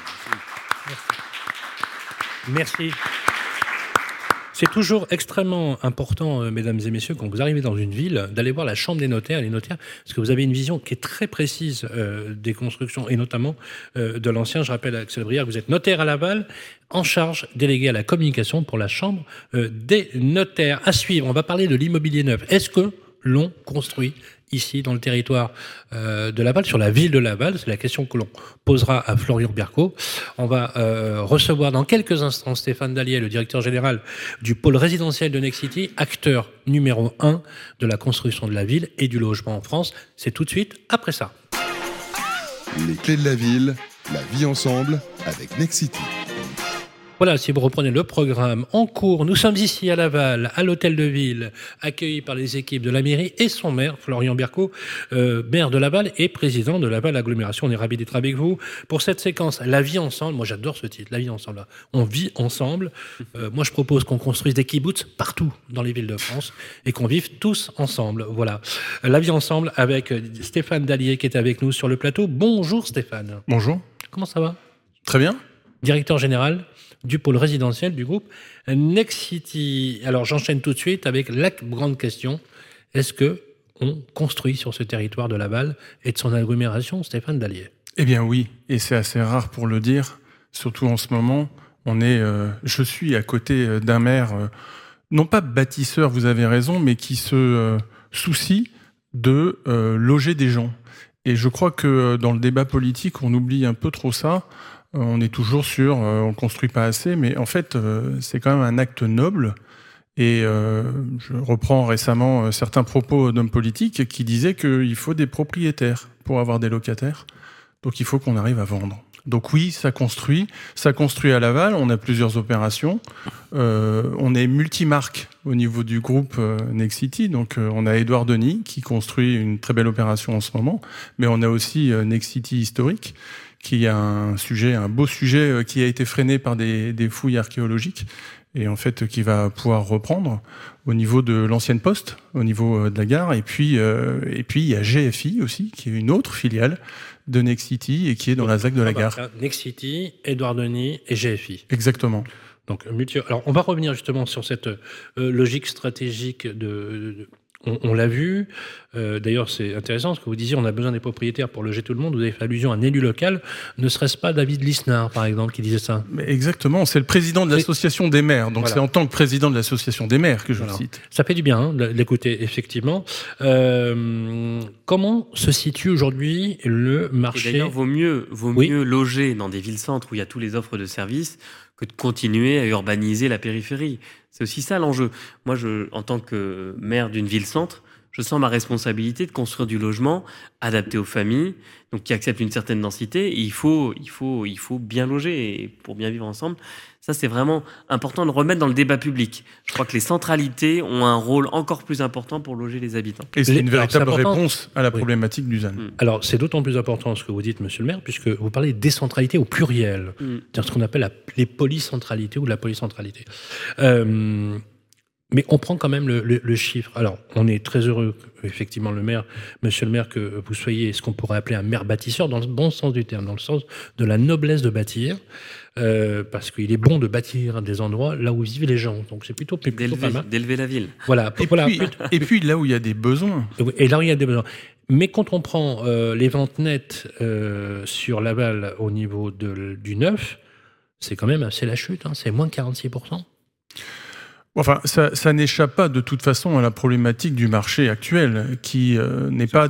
Speaker 2: Merci. C'est toujours extrêmement important, mesdames et messieurs, quand vous arrivez dans une ville, d'aller voir la chambre des notaires et les notaires, parce que vous avez une vision qui est très précise des constructions, et notamment de l'ancien. Je rappelle à Axel Brière que vous êtes notaire à Laval, en charge, délégué à la communication pour la chambre des notaires. À suivre, on va parler de l'immobilier neuf. Est-ce que l'on construit ici dans le territoire de Laval, sur la ville de Laval? C'est la question que l'on posera à Florian Berco. On va recevoir dans quelques instants Stéphane Dallier, le directeur général du pôle résidentiel de Nexity, acteur numéro 1 de la construction de la ville et du logement en France. C'est tout de suite après ça.
Speaker 1: Les clés de la ville, la vie ensemble avec Nexity.
Speaker 2: Voilà, si vous reprenez le programme en cours, nous sommes ici à Laval, à l'Hôtel de Ville, accueillis par les équipes de la mairie et son maire, Florian Berco, maire de Laval et président de Laval Agglomération. On est ravis d'être avec vous pour cette séquence La vie ensemble. Moi, j'adore ce titre, La vie ensemble. Là. On vit ensemble. Moi, je propose qu'on construise des kibbutz partout dans les villes de France et qu'on vive tous ensemble. Voilà. La vie ensemble avec Stéphane Dallier qui est avec nous sur le plateau. Bonjour Stéphane.
Speaker 9: Bonjour.
Speaker 2: Comment ça va ?
Speaker 9: Très bien.
Speaker 2: Directeur général du pôle résidentiel du groupe Nexity. Alors j'enchaîne tout de suite avec la grande question. Est-ce que on construit sur ce territoire de Laval et de son agglomération, Stéphane Dallier ?
Speaker 9: Eh bien oui, et c'est assez rare pour le dire, surtout en ce moment. Je suis à côté d'un maire, non pas bâtisseur, vous avez raison, mais qui se soucie de loger des gens. Et je crois que dans le débat politique, on oublie un peu trop ça. On est toujours sur on construit pas assez, mais en fait, c'est quand même un acte noble. Et je reprends récemment certains propos d'hommes politiques qui disaient qu'il faut des propriétaires pour avoir des locataires. Donc il faut qu'on arrive à vendre. Donc oui, ça construit à Laval. On a plusieurs opérations. On est multimarque au niveau du groupe Nexity. Donc on a Édouard Denis qui construit une très belle opération en ce moment, mais on a aussi Nexity historique, qui a un beau sujet qui a été freiné par des fouilles archéologiques et en fait qui va pouvoir reprendre au niveau de l'ancienne poste, au niveau de la gare. Et puis il y a GFI aussi, qui est une autre filiale de Nexity et qui est dans la ZAC de la gare.
Speaker 2: Nexity, Édouard Denis et GFI.
Speaker 9: Exactement.
Speaker 2: Donc, alors, on va revenir justement sur cette logique stratégique on l'a vu. D'ailleurs, c'est intéressant ce que vous disiez. On a besoin des propriétaires pour loger tout le monde. Vous avez fait allusion à un élu local. Ne serait-ce pas David Lisnard, par exemple, qui disait ça ?
Speaker 9: Mais exactement. C'est le président de l'association des maires. Donc, voilà. C'est en tant que président de l'association des maires que je le cite.
Speaker 2: Ça fait du bien de l'écouter, effectivement. Comment se situe aujourd'hui le marché ?
Speaker 6: Et d'ailleurs, vaut mieux loger dans des villes-centres où il y a toutes les offres de services que de continuer à urbaniser la périphérie. C'est aussi ça l'enjeu. Moi, en tant que maire d'une ville-centre, je sens ma responsabilité de construire du logement adapté aux familles, donc qui accepte une certaine densité. Et il faut bien loger et pour bien vivre ensemble. Ça, c'est vraiment important de le remettre dans le débat public. Je crois que les centralités ont un rôle encore plus important pour loger les habitants.
Speaker 9: Et c'est une véritable réponse à la problématique du ZAN.
Speaker 2: Alors, c'est d'autant plus important ce que vous dites, monsieur le maire, puisque vous parlez de décentralité au pluriel. C'est ce qu'on appelle les polycentralités ou la polycentralité. Mais on prend quand même le chiffre. Alors, on est très heureux, effectivement, monsieur le maire, que vous soyez ce qu'on pourrait appeler un maire bâtisseur, dans le bon sens du terme, dans le sens de la noblesse de bâtir, parce qu'il est bon de bâtir des endroits là où vivent les gens. Donc, c'est plutôt pas mal.
Speaker 6: D'élever la ville.
Speaker 2: Voilà.
Speaker 9: Et puis, là où il y a des besoins.
Speaker 2: Et là où il y a des besoins. Mais quand on prend les ventes nettes sur Laval au niveau du neuf, c'est quand même assez la chute. C'est moins de 46%.
Speaker 9: Enfin, ça n'échappe pas de toute façon à la problématique du marché actuel, qui n'est pas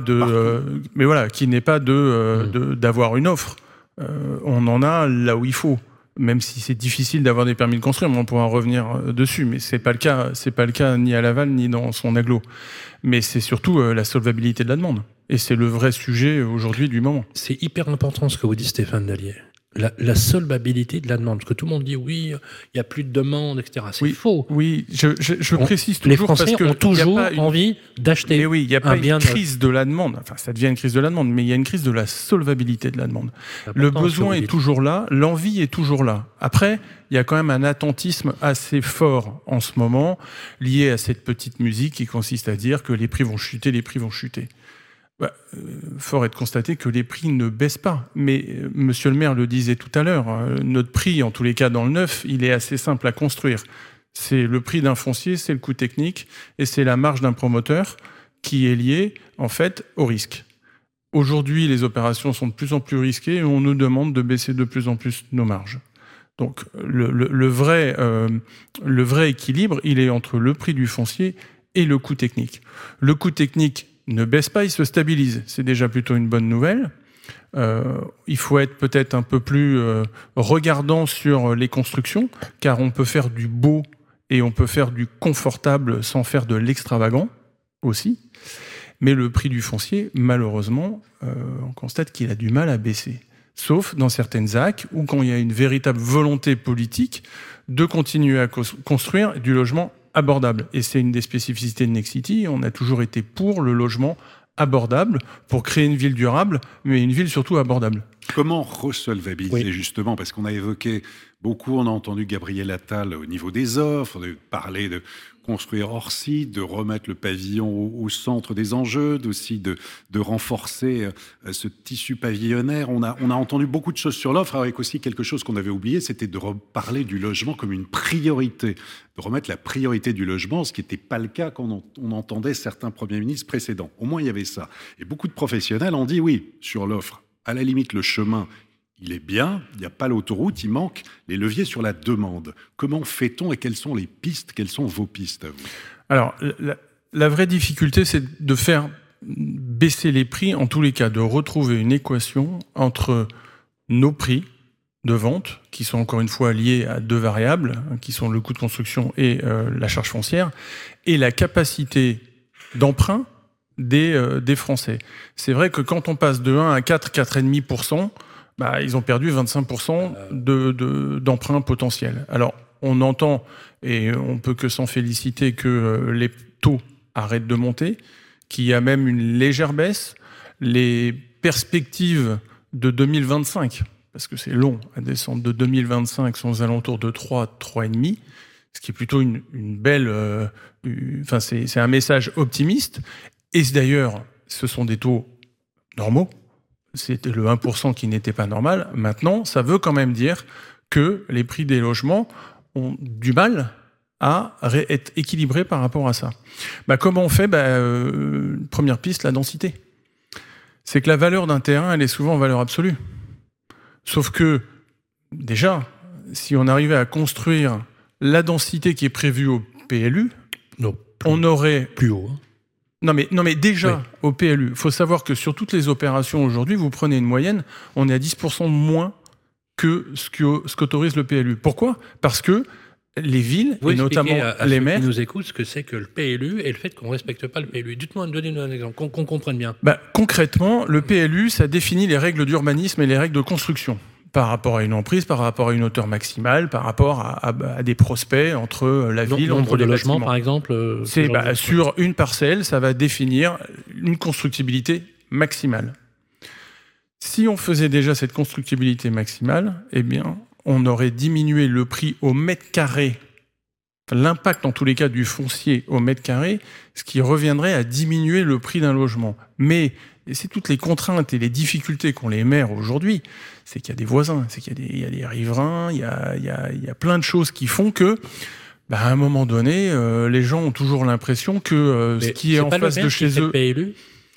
Speaker 9: d'avoir une offre. On en a là où il faut, même si c'est difficile d'avoir des permis de construire, mais on pourra en revenir dessus. Mais c'est pas le cas ni à Laval ni dans son agglo. Mais c'est surtout la solvabilité de la demande, et c'est le vrai sujet aujourd'hui du moment.
Speaker 2: C'est hyper important ce que vous dites, Stéphane Dallier. La solvabilité de la demande. Parce que tout le monde dit oui, il n'y a plus de demande, etc. C'est faux.
Speaker 9: Oui, je précise toujours.
Speaker 2: Les Français
Speaker 9: parce que
Speaker 2: ont toujours envie d'acheter.
Speaker 9: Mais oui, il n'y a pas une crise de la demande. Enfin, ça devient une crise de la demande, mais il y a une crise de la solvabilité de la demande. Le besoin est toujours là, l'envie est toujours là. Après, il y a quand même un attentisme assez fort en ce moment, lié à cette petite musique qui consiste à dire que les prix vont chuter, fort est de constater que les prix ne baissent pas. Mais monsieur le maire le disait tout à l'heure, notre prix, en tous les cas dans le neuf, il est assez simple à construire. C'est le prix d'un foncier, c'est le coût technique, et c'est la marge d'un promoteur qui est liée, en fait, au risque. Aujourd'hui, les opérations sont de plus en plus risquées et on nous demande de baisser de plus en plus nos marges. Donc, le vrai équilibre, il est entre le prix du foncier et le coût technique. Le coût technique ne baisse pas, il se stabilise. C'est déjà plutôt une bonne nouvelle. Il faut être peut-être un peu plus regardant sur les constructions, car on peut faire du beau et on peut faire du confortable sans faire de l'extravagant aussi. Mais le prix du foncier, malheureusement, on constate qu'il a du mal à baisser. sauf dans certaines ZAC ou quand il y a une véritable volonté politique de continuer à construire du logement abordable. Et c'est une des spécificités de Nexity. On a toujours été pour le logement abordable, pour créer une ville durable, mais une ville surtout abordable.
Speaker 3: Comment resolvabiliser justement, parce qu'on a évoqué beaucoup, on a entendu Gabriel Attal au niveau des offres, de parler de construire hors site, de remettre le pavillon au centre des enjeux, aussi de renforcer ce tissu pavillonnaire. On a entendu beaucoup de choses sur l'offre, avec aussi quelque chose qu'on avait oublié, c'était de reparler du logement comme une priorité, de remettre la priorité du logement, ce qui n'était pas le cas quand on entendait certains premiers ministres précédents. Au moins, il y avait ça. Et beaucoup de professionnels ont dit oui, sur l'offre, à la limite, le chemin, il est bien, il n'y a pas l'autoroute, il manque les leviers sur la demande. Comment fait-on et quelles sont les pistes, quelles sont vos pistes à vous ?
Speaker 9: Alors, la vraie difficulté, c'est de faire baisser les prix, en tous les cas, de retrouver une équation entre nos prix de vente, qui sont encore une fois liés à deux variables, qui sont le coût de construction et la charge foncière, et la capacité d'emprunt des Français. C'est vrai que quand on passe de 1 à 4, 4,5%, ils ont perdu 25% d'emprunt potentiel. Alors, on entend, et on peut que s'en féliciter, que les taux arrêtent de monter, qu'il y a même une légère baisse. Les perspectives de 2025, parce que c'est long à descendre, de 2025 sont aux alentours de 3, 3,5%, ce qui est plutôt une belle... c'est un message optimiste. Et d'ailleurs, ce sont des taux normaux. C'était le 1% qui n'était pas normal. Maintenant, ça veut quand même dire que les prix des logements ont du mal à être équilibrés par rapport à ça. Comment on fait ? Première piste, la densité. C'est que la valeur d'un terrain, elle est souvent en valeur absolue. Sauf que, déjà, si on arrivait à construire la densité qui est prévue au PLU, on aurait...
Speaker 2: Plus haut, hein.
Speaker 9: Non mais déjà, au PLU, il faut savoir que sur toutes les opérations aujourd'hui, vous prenez une moyenne, on est à 10% moins que ce qu'autorise le PLU. Pourquoi ? Parce que les villes, et notamment les maires...
Speaker 2: Qui nous écoutent ce que c'est que le PLU et le fait qu'on ne respecte pas le PLU. Donnez-nous un exemple, qu'on comprenne bien.
Speaker 9: Concrètement, le PLU, ça définit les règles d'urbanisme et les règles de construction. Par rapport à une emprise, par rapport à une hauteur maximale, par rapport à des prospects entre la ville,
Speaker 2: nombre
Speaker 9: entre
Speaker 2: de
Speaker 9: les
Speaker 2: logements,
Speaker 9: bâtiments.
Speaker 2: Par exemple.
Speaker 9: Sur une parcelle, ça va définir une constructibilité maximale. Si on faisait déjà cette constructibilité maximale, on aurait diminué le prix au mètre carré, l'impact en tous les cas du foncier au mètre carré, ce qui reviendrait à diminuer le prix d'un logement. Mais c'est toutes les contraintes et les difficultés qu'ont les maires aujourd'hui, c'est qu'il y a des voisins, c'est qu'il y a des riverains, il y a plein de choses qui font que, à un moment donné, les gens ont toujours l'impression que ce qui est en face de chez eux...
Speaker 2: PLU.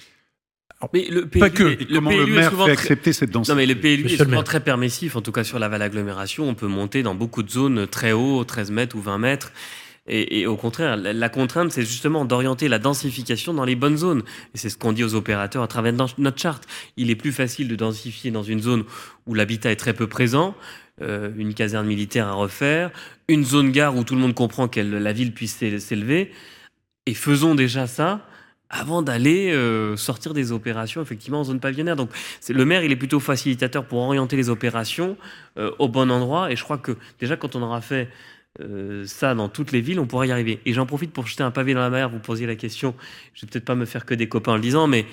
Speaker 6: Mais le PLU,
Speaker 3: pas que. Comment le maire fait accepter cette densité ?
Speaker 6: Non, mais le PLU est souvent très permissif, en tout cas sur la Val-Agglomération. On peut monter dans beaucoup de zones très haut, 13 mètres ou 20 mètres. Et au contraire, la contrainte, c'est justement d'orienter la densification dans les bonnes zones. Et c'est ce qu'on dit aux opérateurs à travers notre charte. Il est plus facile de densifier dans une zone où l'habitat est très peu présent, une caserne militaire à refaire, une zone gare où tout le monde comprend que la ville puisse s'élever. Et faisons déjà ça avant d'aller sortir des opérations effectivement en zone pavillonnaire. Donc le maire, il est plutôt facilitateur pour orienter les opérations au bon endroit. Et je crois que déjà quand on aura fait ça dans toutes les villes, on pourra y arriver. Et j'en profite pour jeter un pavé dans la mer. Vous posiez la question, je vais peut-être pas me faire que des copains en le disant, mais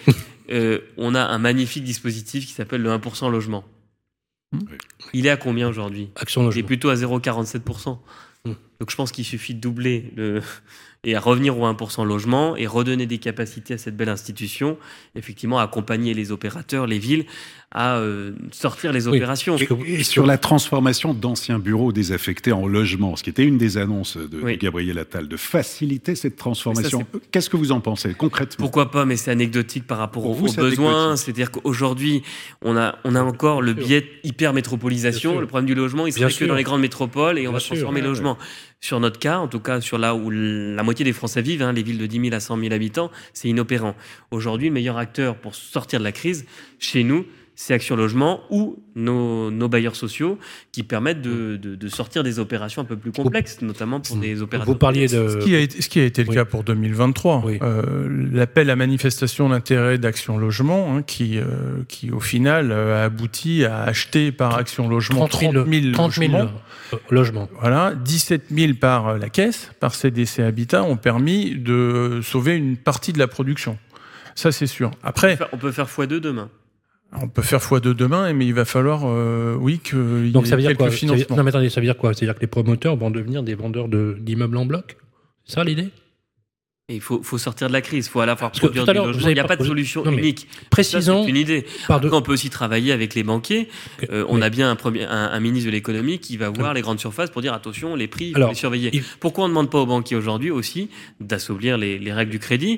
Speaker 6: on a un magnifique dispositif qui s'appelle le 1% logement. Il est à combien aujourd'hui ?
Speaker 2: Action Logement.
Speaker 6: Il est plutôt à 0,47%. Donc je pense qu'il suffit de doubler et à revenir au 1% logement et redonner des capacités à cette belle institution, effectivement accompagner les opérateurs, les villes à sortir les opérations.
Speaker 3: Et sur la transformation d'anciens bureaux désaffectés en logements, ce qui était une des annonces de Gabriel Attal, de faciliter cette transformation. Qu'est-ce que vous en pensez concrètement ?
Speaker 6: Pourquoi pas, mais c'est anecdotique par rapport aux besoins. C'est-à-dire qu'aujourd'hui, on a encore le biais hyper-métropolisation. Le problème du logement, il serait que dans les grandes métropoles et on va transformer le logement. Sur notre cas, en tout cas sur là où la moitié des Français vivent, les villes de 10 000 à 100 000 habitants, c'est inopérant. Aujourd'hui, le meilleur acteur pour sortir de la crise, chez nous, c'est Action Logement ou nos bailleurs sociaux qui permettent de sortir des opérations un peu plus complexes, notamment pour des opérateurs.
Speaker 2: Vous parliez de...
Speaker 9: Ce qui a été le cas pour 2023.
Speaker 2: Oui.
Speaker 9: L'appel à manifestation d'intérêt d'Action Logement, qui au final a abouti à acheter par Action Logement 30 000
Speaker 2: logements.
Speaker 9: Voilà, 17 000 par la Caisse, par CDC Habitat, ont permis de sauver une partie de la production. Ça, c'est sûr. Après,
Speaker 6: on peut faire x2 demain.
Speaker 9: On peut faire x2 demain, mais il va falloir, qu'il y
Speaker 2: Donc ça veut
Speaker 9: ait
Speaker 2: dire
Speaker 9: quelques
Speaker 2: quoi
Speaker 9: financements.
Speaker 2: Non, mais attendez, ça veut dire quoi? C'est-à-dire que les promoteurs vont devenir des vendeurs d'immeubles en bloc? C'est ça l'idée?
Speaker 6: Et il faut sortir de la crise, il faut à la fois
Speaker 2: Parce que
Speaker 6: produire
Speaker 2: tout à
Speaker 6: du
Speaker 2: l'heure,
Speaker 6: logement.
Speaker 2: vous avez
Speaker 6: Il n'y a pas de
Speaker 2: vous-
Speaker 6: solution
Speaker 2: non, mais
Speaker 6: unique.
Speaker 2: précisons-
Speaker 6: Ça, c'est une idée.
Speaker 2: Pardon.
Speaker 6: Après, on peut aussi travailler avec les banquiers. On
Speaker 2: Oui.
Speaker 6: a bien un ministre de l'économie qui va voir les grandes surfaces pour dire attention, les prix, il faut
Speaker 2: Alors,
Speaker 6: les surveiller.
Speaker 2: il-
Speaker 6: Pourquoi on ne demande pas aux banquiers aujourd'hui aussi d'assouplir les règles du crédit?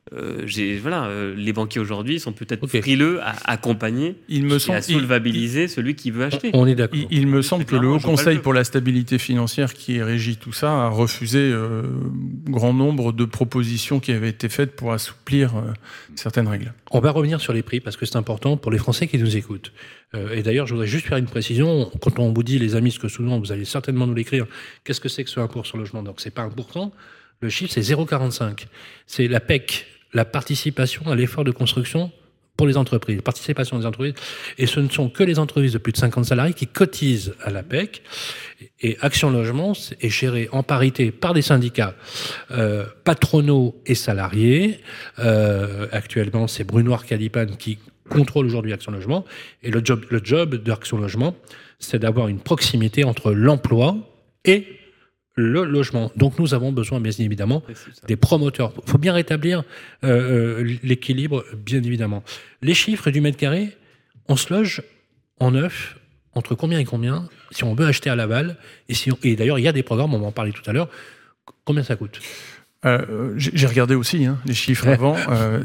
Speaker 6: Les banquiers aujourd'hui sont peut-être frileux à accompagner
Speaker 9: Il me
Speaker 6: et
Speaker 9: semble,
Speaker 6: à solvabiliser celui qui veut acheter.
Speaker 2: On est d'accord.
Speaker 9: il me semble que le
Speaker 6: clairement,
Speaker 9: Haut
Speaker 6: je vois pas
Speaker 9: Conseil
Speaker 6: le jeu.
Speaker 9: pour la stabilité financière qui régit tout ça a refusé grand nombre de propositions qui avaient été faites pour assouplir certaines règles.
Speaker 2: On va revenir sur les prix parce que c'est important pour les Français qui nous écoutent. Et d'ailleurs, je voudrais juste faire une précision. Quand on vous dit, les amis, ce que souvent vous allez certainement nous l'écrire, qu'est-ce que c'est que ce 1% sur logement? Donc, c'est pas 1%. Le chiffre, c'est 0,45. C'est la PEC, la participation à l'effort de construction pour les entreprises. Participation des entreprises. Et ce ne sont que les entreprises de plus de 50 salariés qui cotisent à la PEC. Et Action Logement est géré en parité par des syndicats patronaux et salariés. Actuellement, c'est Bruno Arcalipane qui contrôle aujourd'hui Action Logement. Et le job d'Action Logement, c'est d'avoir une proximité entre l'emploi et le logement. Donc nous avons besoin, bien évidemment, des promoteurs. Il faut bien rétablir l'équilibre, bien évidemment. Les chiffres du mètre carré, on se loge en neuf entre combien et combien si on veut acheter à Laval et d'ailleurs, il y a des programmes, on va en parler tout à l'heure. Combien ça coûte?
Speaker 9: J'ai regardé aussi les chiffres avant.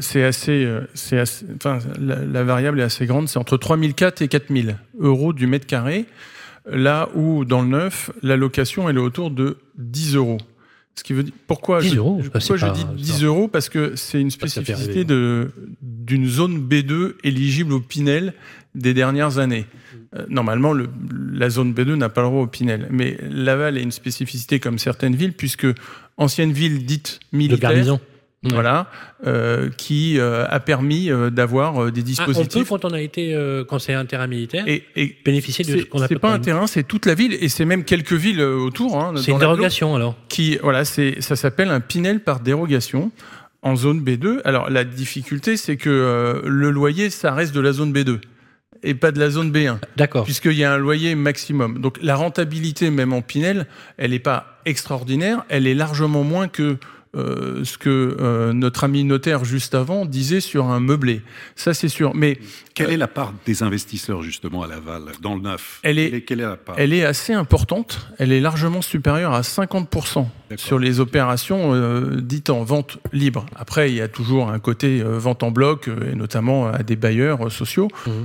Speaker 9: La variable est assez grande. C'est entre 3 400 et 4 000 euros du mètre carré. Là où, dans le neuf, la location, elle est autour de 10 euros. Ce qui veut dire, pourquoi
Speaker 2: 10 euros,
Speaker 9: je dis 10 euros? Parce que c'est une spécificité d'une zone B2 éligible au Pinel des dernières années. Normalement, la zone B2 n'a pas le droit au Pinel. Mais Laval est une spécificité comme certaines villes, puisque ancienne ville dite militaire...
Speaker 2: De garnison.
Speaker 9: Voilà, qui a permis d'avoir des dispositifs.
Speaker 2: On peut, quand on a été conseiller interimilitaire,
Speaker 9: et
Speaker 2: bénéficier de ce qu'on appelle.
Speaker 9: C'est pas un terrain, c'est toute la ville, et c'est même quelques villes autour.
Speaker 2: C'est une dérogation alors.
Speaker 9: Ça s'appelle un Pinel par dérogation en zone B2. Alors la difficulté, c'est que le loyer, ça reste de la zone B2 et pas de la zone B1.
Speaker 2: D'accord.
Speaker 9: Puisqu'il y a un loyer maximum. Donc la rentabilité, même en Pinel, elle n'est pas extraordinaire, elle est largement moins que ce que notre ami notaire juste avant disait sur un meublé. Ça, c'est sûr. Mais
Speaker 3: quelle est la part des investisseurs justement à Laval dans le neuf?
Speaker 9: Quelle est la part? Elle est assez importante. Elle est largement supérieure à 50% sur les opérations dites en vente libre. Après, il y a toujours un côté vente en bloc, et notamment à des bailleurs sociaux.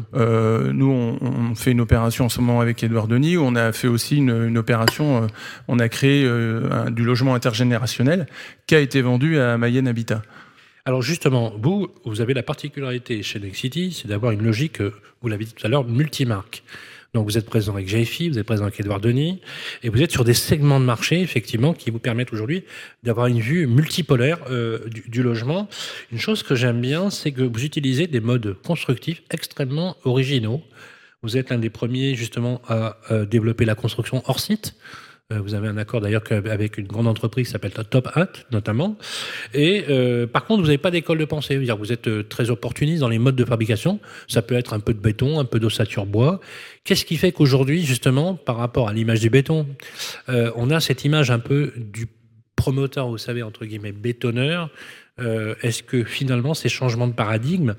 Speaker 9: Nous, on fait une opération en ce moment avec Édouard Denis, où on a fait aussi une opération, on a créé du logement intergénérationnel qui a été vendu à Mayenne Habitat.
Speaker 2: Alors justement, vous avez la particularité chez Nexity, c'est d'avoir une logique, vous l'avez dit tout à l'heure, multimarque. Donc vous êtes présent avec GFI, vous êtes présent avec Édouard Denis, et vous êtes sur des segments de marché, effectivement, qui vous permettent aujourd'hui d'avoir une vue multipolaire du logement. Une chose que j'aime bien, c'est que vous utilisez des modes constructifs extrêmement originaux. Vous êtes l'un des premiers, justement, à développer la construction hors site. Vous avez un accord d'ailleurs avec une grande entreprise qui s'appelle Top Hat, notamment. Et par contre, vous n'avez pas d'école de pensée. Vous êtes très opportuniste dans les modes de fabrication. Ça peut être un peu de béton, un peu d'ossature bois. Qu'est-ce qui fait qu'aujourd'hui, justement, par rapport à l'image du béton, on a cette image un peu du promoteur, vous savez, entre guillemets, bétonneur. Est-ce que finalement, ces changements de paradigme,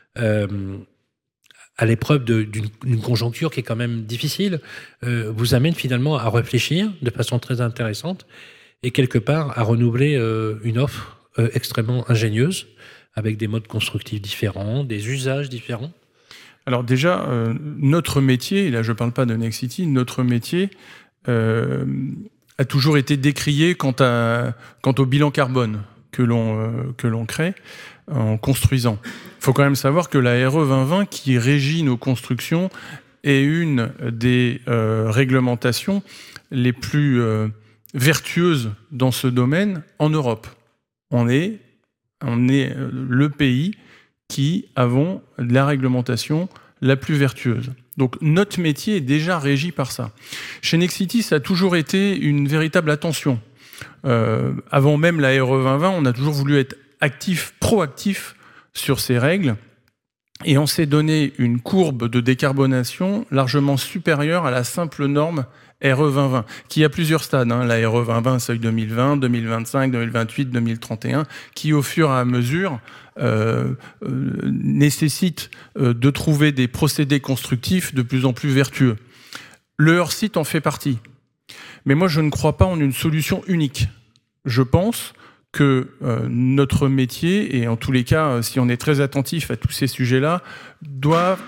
Speaker 2: à l'épreuve d'une conjoncture qui est quand même difficile, vous amène finalement à réfléchir de façon très intéressante et quelque part à renouveler une offre extrêmement ingénieuse avec des modes constructifs différents, des usages différents?
Speaker 9: Alors déjà, notre métier, et là je ne parle pas de Nexity, notre métier a toujours été décrié quant au bilan carbone que l'on crée. en construisant. Il faut quand même savoir que la RE 2020, qui régit nos constructions, est une des réglementations les plus vertueuses dans ce domaine en Europe. On est le pays qui avons la réglementation la plus vertueuse. Donc notre métier est déjà régi par ça. Chez Nexity, ça a toujours été une véritable attention. Avant même la RE 2020, on a toujours voulu être proactif sur ces règles, et on s'est donné une courbe de décarbonation largement supérieure à la simple norme RE 2020, qui a plusieurs stades. La RE 2020, seuil 2020, 2025, 2028, 2031, qui au fur et à mesure nécessite de trouver des procédés constructifs de plus en plus vertueux. Le hors-site en fait partie. Mais moi, je ne crois pas en une solution unique. Je pense que notre métier, et en tous les cas, si on est très attentif à tous ces sujets-là, doit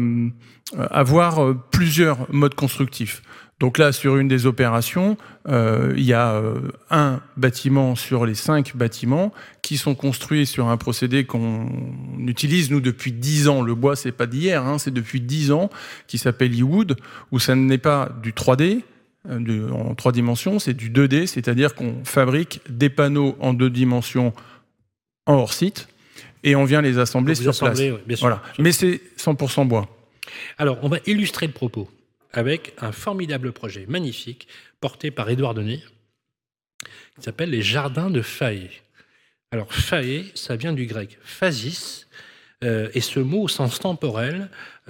Speaker 9: avoir plusieurs modes constructifs. Donc là, sur une des opérations, il y a un bâtiment sur les 5 bâtiments qui sont construits sur un procédé qu'on utilise, nous, depuis 10 ans. Le bois, c'est pas d'hier, c'est depuis 10 ans, qui s'appelle eWood, où ça n'est pas du 3D, en 3 dimensions, c'est du 2D, c'est-à-dire qu'on fabrique des panneaux en 2 dimensions en hors-site, et on vient les assembler sur place.
Speaker 2: Oui, bien sûr.
Speaker 9: Voilà. Mais c'est 100% bois.
Speaker 2: Alors, on va illustrer le propos avec un formidable projet magnifique porté par Édouard Denis qui s'appelle les Jardins de Faé. Alors, Faé, ça vient du grec phasis, et ce mot au sens temporel,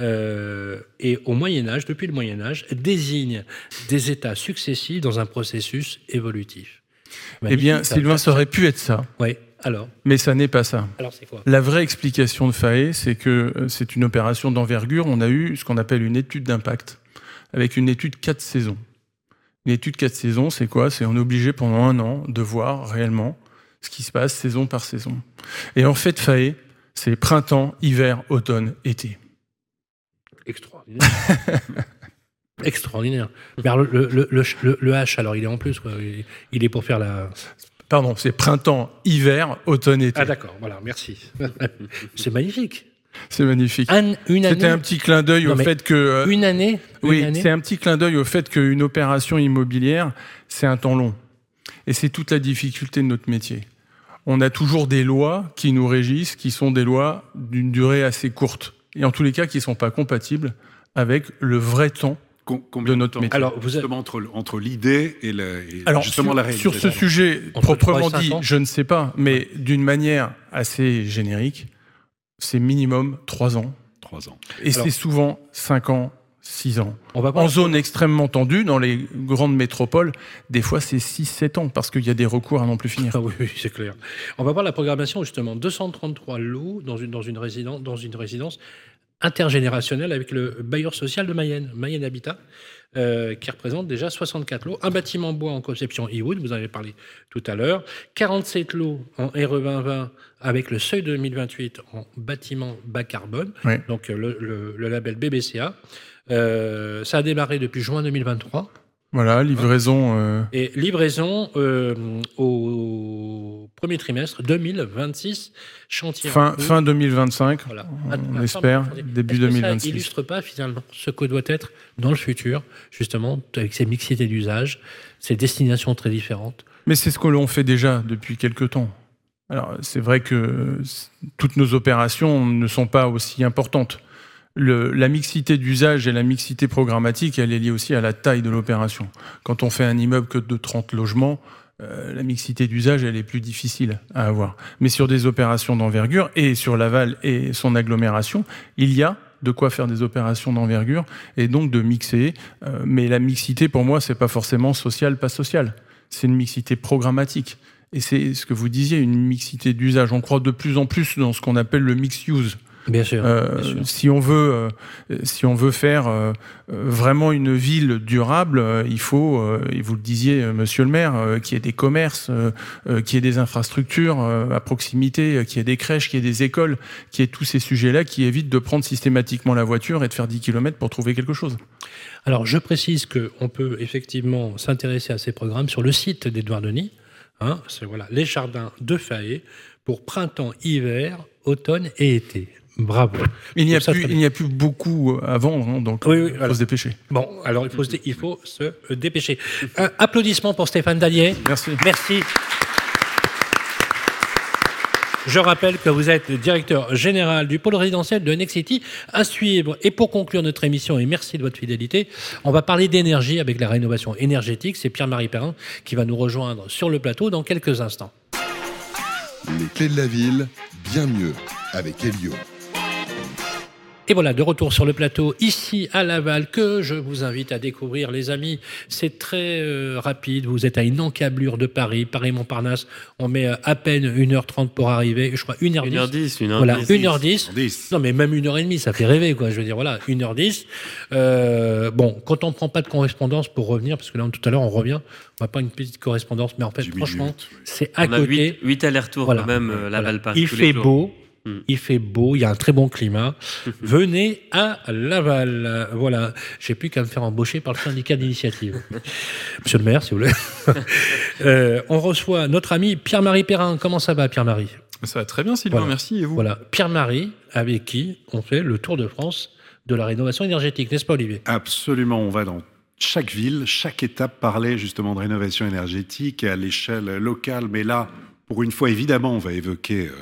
Speaker 2: et au Moyen-Âge, depuis le Moyen-Âge, désigne des états successifs dans un processus évolutif.
Speaker 9: Eh bien, Sylvain, ça aurait pu être ça.
Speaker 2: Oui, alors.
Speaker 9: Mais ça n'est pas ça.
Speaker 2: Alors, c'est quoi ?
Speaker 9: La vraie explication de Faé, c'est que c'est une opération d'envergure. On a eu ce qu'on appelle une étude d'impact, avec une étude 4 saisons. Une étude 4 saisons, c'est quoi ? C'est on est obligé pendant 1 an de voir réellement ce qui se passe saison par saison. Et en fait, Faé, c'est printemps, hiver, automne, été.
Speaker 2: Extraordinaire. Extraordinaire. Mais alors, le H, alors, il est en plus, quoi. Il est pour faire la...
Speaker 9: Pardon, c'est printemps, hiver, automne, été.
Speaker 2: Ah d'accord, voilà, merci. C'est magnifique.
Speaker 9: C'est magnifique.
Speaker 2: Une année...
Speaker 9: C'était un petit clin d'œil au fait que...
Speaker 2: Une année.
Speaker 9: Oui, c'est un petit clin d'œil au fait qu'une opération immobilière, c'est un temps long. Et c'est toute la difficulté de notre métier. On a toujours des lois qui nous régissent, qui sont des lois d'une durée assez courte. Et en tous les cas, qui ne sont pas compatibles avec le vrai temps de notre métier.
Speaker 3: Alors, vous justement, entre l'idée et, justement la réalité.
Speaker 9: Sur ce sujet, proprement dit, je ne sais pas, mais d'une manière assez générique, c'est minimum 3 ans.
Speaker 3: 3 ans.
Speaker 9: Et c'est souvent 5 ans, 6 ans. En zone extrêmement tendue, dans les grandes métropoles, des fois c'est 6-7 ans, parce qu'il y a des recours à n'en plus finir.
Speaker 2: Ah oui, c'est clair. On va voir la programmation, justement. 233 lots dans une résidence intergénérationnelle avec le bailleur social de Mayenne Habitat, qui représente déjà 64 lots. Un bâtiment bois en conception eWood, vous en avez parlé tout à l'heure. 47 lots en RE 2020 avec le seuil de 2028 en bâtiment bas carbone, oui. Donc le label BBCA. Ça a démarré depuis juin 2023.
Speaker 9: Voilà, livraison...
Speaker 2: Et livraison au premier trimestre 2026, chantier.
Speaker 9: Fin 2025, voilà. On espère, début 2026.
Speaker 2: Ça illustre pas finalement ce que doit être dans le futur, justement, avec ces mixités d'usage, ces destinations très différentes.
Speaker 9: Mais c'est ce que l'on fait déjà depuis quelques temps. Alors, c'est vrai que toutes nos opérations ne sont pas aussi importantes. La mixité d'usage et la mixité programmatique, elle est liée aussi à la taille de l'opération. Quand on fait un immeuble que de 30 logements, la mixité d'usage, elle est plus difficile à avoir. Mais sur des opérations d'envergure, et sur Laval et son agglomération, il y a de quoi faire des opérations d'envergure, et donc de mixer. Mais la mixité, pour moi, c'est pas forcément social, pas social. C'est une mixité programmatique. Et c'est ce que vous disiez, une mixité d'usage. On croit de plus en plus dans ce qu'on appelle le mixed use.
Speaker 2: Bien sûr, bien sûr.
Speaker 9: Si on veut faire vraiment une ville durable, il faut, et vous le disiez, monsieur le maire, qu'il y ait des commerces, qu'il y ait des infrastructures à proximité, qu'il y ait des crèches, qu'il y ait des écoles, qu'il y ait tous ces sujets-là qui évitent de prendre systématiquement la voiture et de faire 10 km pour trouver quelque chose.
Speaker 2: Alors, je précise qu'on peut effectivement s'intéresser à ces programmes sur le site d'Édouard Denis. C'est voilà, les Jardins de Faé, pour printemps, hiver, automne et été. Bravo.
Speaker 9: Il n'y a plus beaucoup à vendre, hein, donc il faut se dépêcher.
Speaker 2: Bon, alors il faut se dépêcher. Applaudissements pour Stéphane Dallier. Merci. Je rappelle que vous êtes directeur général du pôle résidentiel de Nexity. À suivre. Et pour conclure notre émission, et merci de votre fidélité, on va parler d'énergie avec la rénovation énergétique. C'est Pierre-Marie Perrin qui va nous rejoindre sur le plateau dans quelques instants.
Speaker 1: Les clés de la ville, bien mieux, avec Elio.
Speaker 2: Et voilà, de retour sur le plateau, ici à Laval, que je vous invite à découvrir, les amis. C'est très rapide, vous êtes à une encablure de Paris, Paris-Montparnasse, on met à peine 1h30 pour arriver, je crois 1h10.
Speaker 6: 1h10.
Speaker 2: Voilà, 1h10. Non mais même 1h30, ça fait rêver, quoi. Je veux dire, voilà, 1h10. Bon, quand on prend pas de correspondance pour revenir, parce que là, tout à l'heure, on revient, on va pas une petite correspondance, mais en fait, franchement, c'est à côté.
Speaker 6: 8 allers-retours quand même, Laval-Paris.
Speaker 2: Il fait beau. Il fait beau, il y a un très bon climat. Venez à Laval. Voilà, j'ai plus qu'à me faire embaucher par le syndicat d'initiative. Monsieur le maire, si vous voulez. On reçoit notre ami Pierre-Marie Perrin. Comment ça va, Pierre-Marie ?
Speaker 9: Ça va très bien, Sylvain, merci. Et vous ?
Speaker 2: Voilà, Pierre-Marie, avec qui on fait le tour de France de la rénovation énergétique, n'est-ce pas, Olivier ?
Speaker 3: Absolument, on va dans chaque ville, chaque étape parler justement de rénovation énergétique à l'échelle locale. Mais là, pour une fois, évidemment, on va évoquer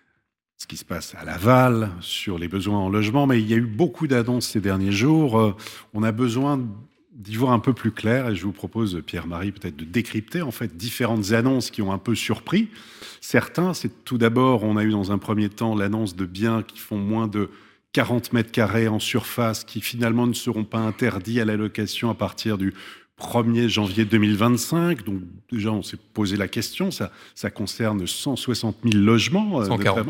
Speaker 3: ce qui se passe à Laval, sur les besoins en logement, mais il y a eu beaucoup d'annonces ces derniers jours. On a besoin d'y voir un peu plus clair, et je vous propose, Pierre-Marie, peut-être de décrypter en fait différentes annonces qui ont un peu surpris. Certains, c'est tout d'abord, on a eu dans un premier temps l'annonce de biens qui font moins de 40 mètres carrés en surface, qui finalement ne seront pas interdits à la location à partir du 1er janvier 2025, donc déjà on s'est posé la question, ça concerne 160 000 logements.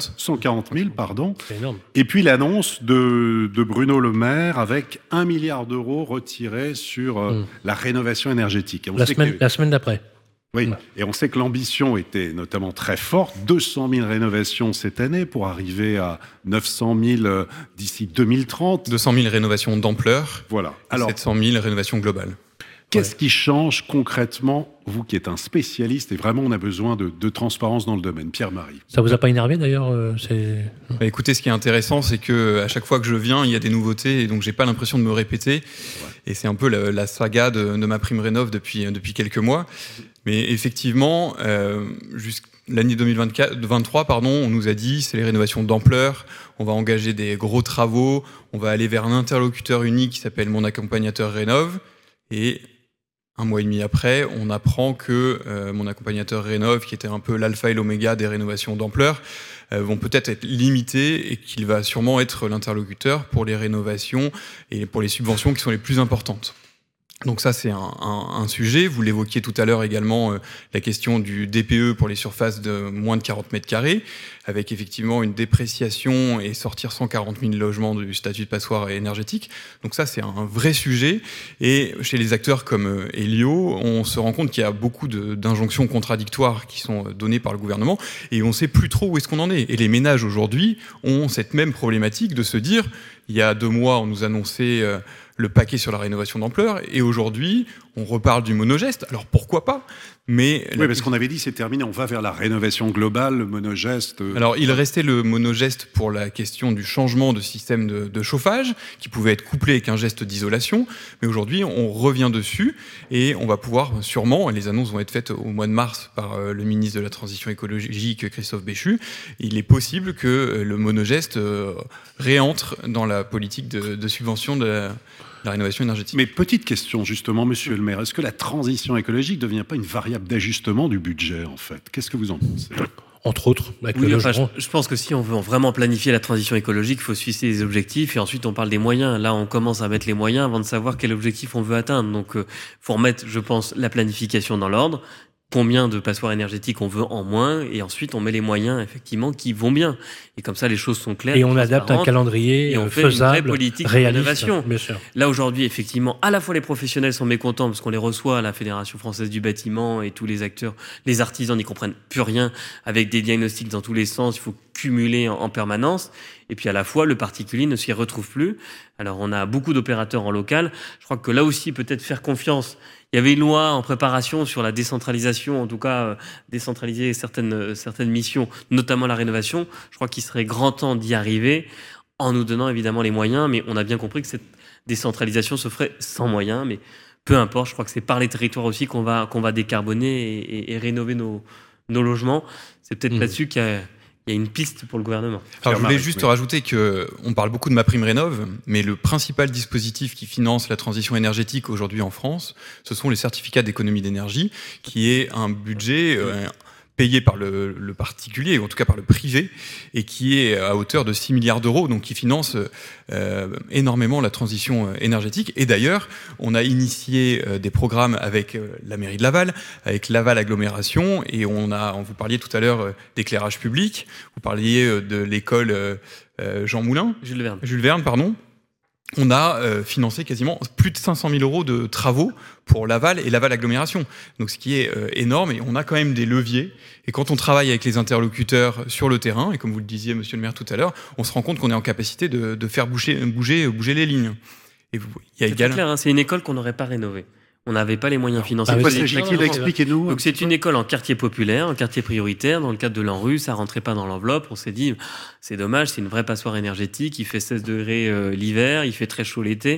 Speaker 3: 140 000, pardon.
Speaker 2: C'est énorme.
Speaker 3: Et puis l'annonce de Bruno Le Maire avec 1 milliard d'euros retirés sur la rénovation énergétique.
Speaker 2: La semaine d'après.
Speaker 3: Oui, et on sait que l'ambition était notamment très forte, 200 000 rénovations cette année pour arriver à 900 000 d'ici 2030.
Speaker 10: 200 000 rénovations d'ampleur,
Speaker 3: voilà.
Speaker 10: Alors, 700 000 rénovations globales.
Speaker 3: Qu'est-ce qui change concrètement, vous qui êtes un spécialiste, et vraiment on a besoin de transparence dans le domaine. Pierre-Marie.
Speaker 2: Ça vous a pas énervé d'ailleurs
Speaker 10: Écoutez, ce qui est intéressant, c'est que à chaque fois que je viens, il y a des nouveautés, et donc j'ai pas l'impression de me répéter. Ouais. Et c'est un peu la saga de ma prime rénov depuis quelques mois. Mais effectivement, jusqu'à l'année 2023, on nous a dit c'est les rénovations d'ampleur, on va engager des gros travaux, on va aller vers un interlocuteur unique qui s'appelle Mon Accompagnateur Rénov', et un mois et demi après, on apprend que Mon Accompagnateur Rénov', qui était un peu l'alpha et l'oméga des rénovations d'ampleur, vont peut-être être limités et qu'il va sûrement être l'interlocuteur pour les rénovations et pour les subventions qui sont les plus importantes. Donc ça, c'est un sujet. Vous l'évoquiez tout à l'heure également, la question du DPE pour les surfaces de moins de 40 mètres carrés, avec effectivement une dépréciation et sortir 140 000 logements du statut de passoire énergétique. Donc ça, c'est un vrai sujet. Et chez les acteurs comme Elio, on se rend compte qu'il y a beaucoup d'injonctions contradictoires qui sont données par le gouvernement et on ne sait plus trop où est-ce qu'on en est. Et les ménages aujourd'hui ont cette même problématique de se dire, il y a 2 mois, on nous annonçait le paquet sur la rénovation d'ampleur, et aujourd'hui, on reparle du monogeste. Alors pourquoi pas ? Mais
Speaker 3: oui, parce qu'on avait dit c'est terminé, on va vers la rénovation globale, le monogeste.
Speaker 10: Alors il restait le monogeste pour la question du changement de système de chauffage, qui pouvait être couplé avec un geste d'isolation, mais aujourd'hui on revient dessus, et on va pouvoir sûrement, les annonces vont être faites au mois de mars par le ministre de la Transition écologique, Christophe Béchu, il est possible que le monogeste réentre dans la politique de subvention de la rénovation énergétique.
Speaker 3: Mais petite question justement, monsieur le maire, est-ce que la transition écologique ne devient pas une variable d'ajustement du budget en fait ? Qu'est-ce que vous en pensez ?
Speaker 2: Entre autres, avec
Speaker 6: oui, je pense que si on veut vraiment planifier la transition écologique, il faut se fixer des objectifs et ensuite on parle des moyens. Là, on commence à mettre les moyens avant de savoir quel objectif on veut atteindre. Donc, faut remettre, je pense, la planification dans l'ordre. Combien de passoires énergétiques on veut en moins, et ensuite on met les moyens effectivement qui vont bien. Et comme ça, les choses sont claires.
Speaker 2: Et on adapte un calendrier et on fait
Speaker 6: faisable, une vraie politique de rénovation.
Speaker 2: Bien sûr.
Speaker 6: Là aujourd'hui, effectivement, à la fois les professionnels sont mécontents parce qu'on les reçoit à la Fédération française du bâtiment et tous les acteurs, les artisans n'y comprennent plus rien avec des diagnostics dans tous les sens. Il faut cumulées en permanence. Et puis à la fois, le particulier ne s'y retrouve plus. Alors on a beaucoup d'opérateurs en local. Je crois que là aussi, peut-être faire confiance. Il y avait une loi en préparation sur la décentralisation, en tout cas décentraliser certaines missions, notamment la rénovation. Je crois qu'il serait grand temps d'y arriver en nous donnant évidemment les moyens. Mais on a bien compris que cette décentralisation se ferait sans moyens. Mais peu importe, je crois que c'est par les territoires aussi qu'on va décarboner et rénover nos logements. C'est peut-être là-dessus qu'il y a une piste pour le gouvernement.
Speaker 10: Alors, je voulais juste rajouter qu'on parle beaucoup de MaPrimeRénov', mais le principal dispositif qui finance la transition énergétique aujourd'hui en France, ce sont les certificats d'économie d'énergie, qui est un budget payé par le particulier, ou en tout cas par le privé, et qui est à hauteur de 6 milliards d'euros, donc qui finance énormément la transition énergétique. Et d'ailleurs, on a initié des programmes avec la mairie de Laval, avec Laval Agglomération, et on vous parliez tout à l'heure d'éclairage public, vous parliez de l'école Jules Verne, pardon. On a financé quasiment plus de 500 000 euros de travaux pour Laval et Laval Agglomération. Donc, ce qui est énorme, et on a quand même des leviers. Et quand on travaille avec les interlocuteurs sur le terrain, et comme vous le disiez, monsieur le maire, tout à l'heure, on se rend compte qu'on est en capacité de faire bouger les lignes. Et
Speaker 6: c'est clair, hein, c'est une école qu'on n'aurait pas rénovée. On n'avait pas les moyens financiers.
Speaker 7: Expliquez-nous.
Speaker 6: Donc c'est une école en quartier populaire, en quartier prioritaire. Dans le cadre de l'ANRU, ça rentrait pas dans l'enveloppe. On s'est dit, c'est dommage, c'est une vraie passoire énergétique. Il fait 16 degrés l'hiver, il fait très chaud l'été.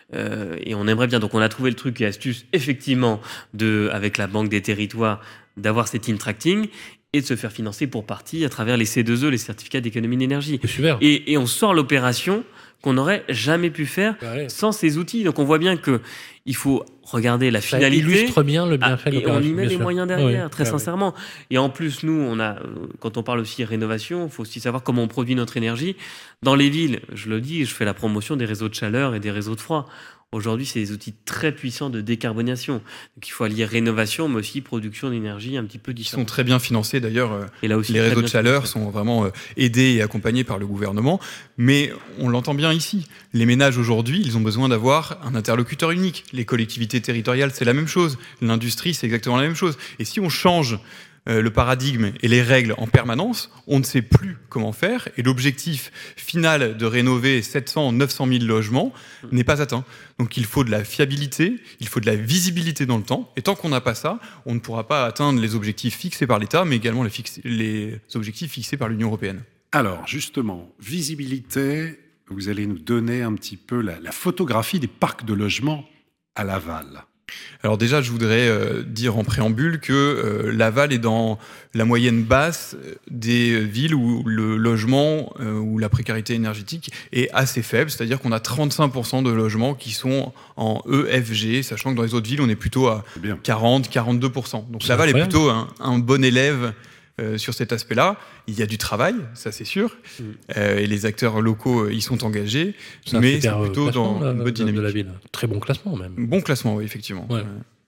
Speaker 6: Et on aimerait bien. Donc on a trouvé le truc et astuce, effectivement, avec la Banque des Territoires, d'avoir cet in-tracting et de se faire financer pour partie à travers les C2E, les certificats d'économie d'énergie.
Speaker 2: C'est super.
Speaker 6: Et on sort l'opération qu'on n'aurait jamais pu faire sans ces outils. Donc on voit bien que il faut regarder la finalité.
Speaker 2: Ça illustre bien le bienfait de l'opération.
Speaker 6: Et on y met les moyens derrière, très sincèrement. Et en plus, nous, quand on parle aussi rénovation, il faut aussi savoir comment on produit notre énergie. Dans les villes, je le dis, je fais la promotion des réseaux de chaleur et des réseaux de froid. Aujourd'hui, c'est des outils très puissants de décarbonisation. Donc, il faut allier rénovation, mais aussi production d'énergie un petit peu différente.
Speaker 10: Ils sont très bien financés, d'ailleurs. Et là aussi, les réseaux de chaleur sont vraiment aidés et accompagnés par le gouvernement. Mais on l'entend bien ici. Les ménages, aujourd'hui, ils ont besoin d'avoir un interlocuteur unique. Les collectivités territoriales, c'est la même chose. L'industrie, c'est exactement la même chose. Et si on change le paradigme et les règles en permanence, on ne sait plus comment faire, et l'objectif final de rénover 700, 900 000 logements n'est pas atteint. Donc il faut de la fiabilité, il faut de la visibilité dans le temps, et tant qu'on n'a pas ça, on ne pourra pas atteindre les objectifs fixés par l'État, mais également les objectifs fixés par l'Union européenne.
Speaker 3: Alors justement, visibilité, vous allez nous donner un petit peu la photographie des parcs de logements à Laval.
Speaker 10: Alors déjà, je voudrais dire en préambule que Laval est dans la moyenne basse des villes où le logement ou la précarité énergétique est assez faible, c'est-à-dire qu'on a 35% de logements qui sont en EFG, sachant que dans les autres villes, on est plutôt à 40-42%. Donc Laval est plutôt un bon élève sur cet aspect-là. Il y a du travail, ça c'est sûr, et les acteurs locaux y sont engagés, mais c'est plutôt dans une bonne dynamique.
Speaker 2: De la ville. Très bon classement même.
Speaker 10: Bon classement, oui, effectivement.
Speaker 2: Ouais.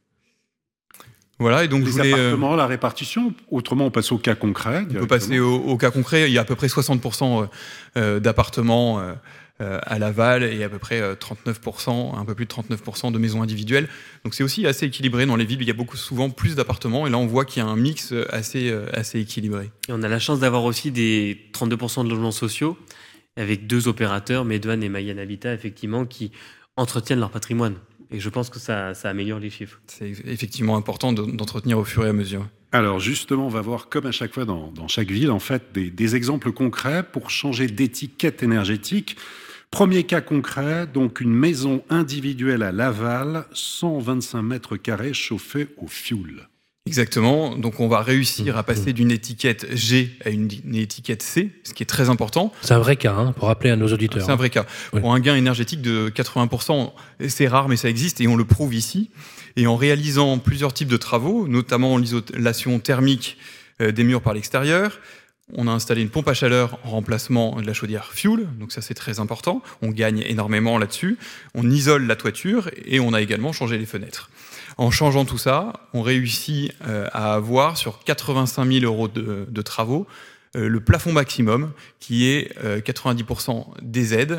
Speaker 3: Voilà, et donc les appartements, la répartition, autrement on passe au cas concret.
Speaker 10: On peut passer au cas concret, il y a à peu près 60% d'appartements à Laval et à peu près 39%, un peu plus de 39% de maisons individuelles. Donc c'est aussi assez équilibré dans les villes. Il y a souvent plus d'appartements et là on voit qu'il y a un mix assez équilibré.
Speaker 6: Et on a la chance d'avoir aussi des 32% de logements sociaux avec 2 opérateurs, Medouane et Mayenne Habitat, effectivement, qui entretiennent leur patrimoine. Et je pense que ça améliore les chiffres.
Speaker 10: C'est effectivement important d'entretenir au fur et à mesure.
Speaker 3: Alors justement, on va voir, comme à chaque fois dans chaque ville, en fait, des exemples concrets pour changer d'étiquette énergétique. Premier cas concret, donc une maison individuelle à Laval, 125 mètres carrés chauffée au fioul.
Speaker 10: Exactement, donc on va réussir à passer d'une étiquette G à une étiquette C, ce qui est très important.
Speaker 2: C'est un vrai cas, pour rappeler à nos auditeurs.
Speaker 10: C'est un vrai cas. Oui. Pour un gain énergétique de 80%, c'est rare mais ça existe et on le prouve ici. Et en réalisant plusieurs types de travaux, notamment l'isolation thermique des murs par l'extérieur, on a installé une pompe à chaleur en remplacement de la chaudière fuel, donc ça c'est très important, on gagne énormément là-dessus. On isole la toiture et on a également changé les fenêtres. En changeant tout ça, on réussit à avoir sur 85 000 euros de travaux le plafond maximum qui est 90% des aides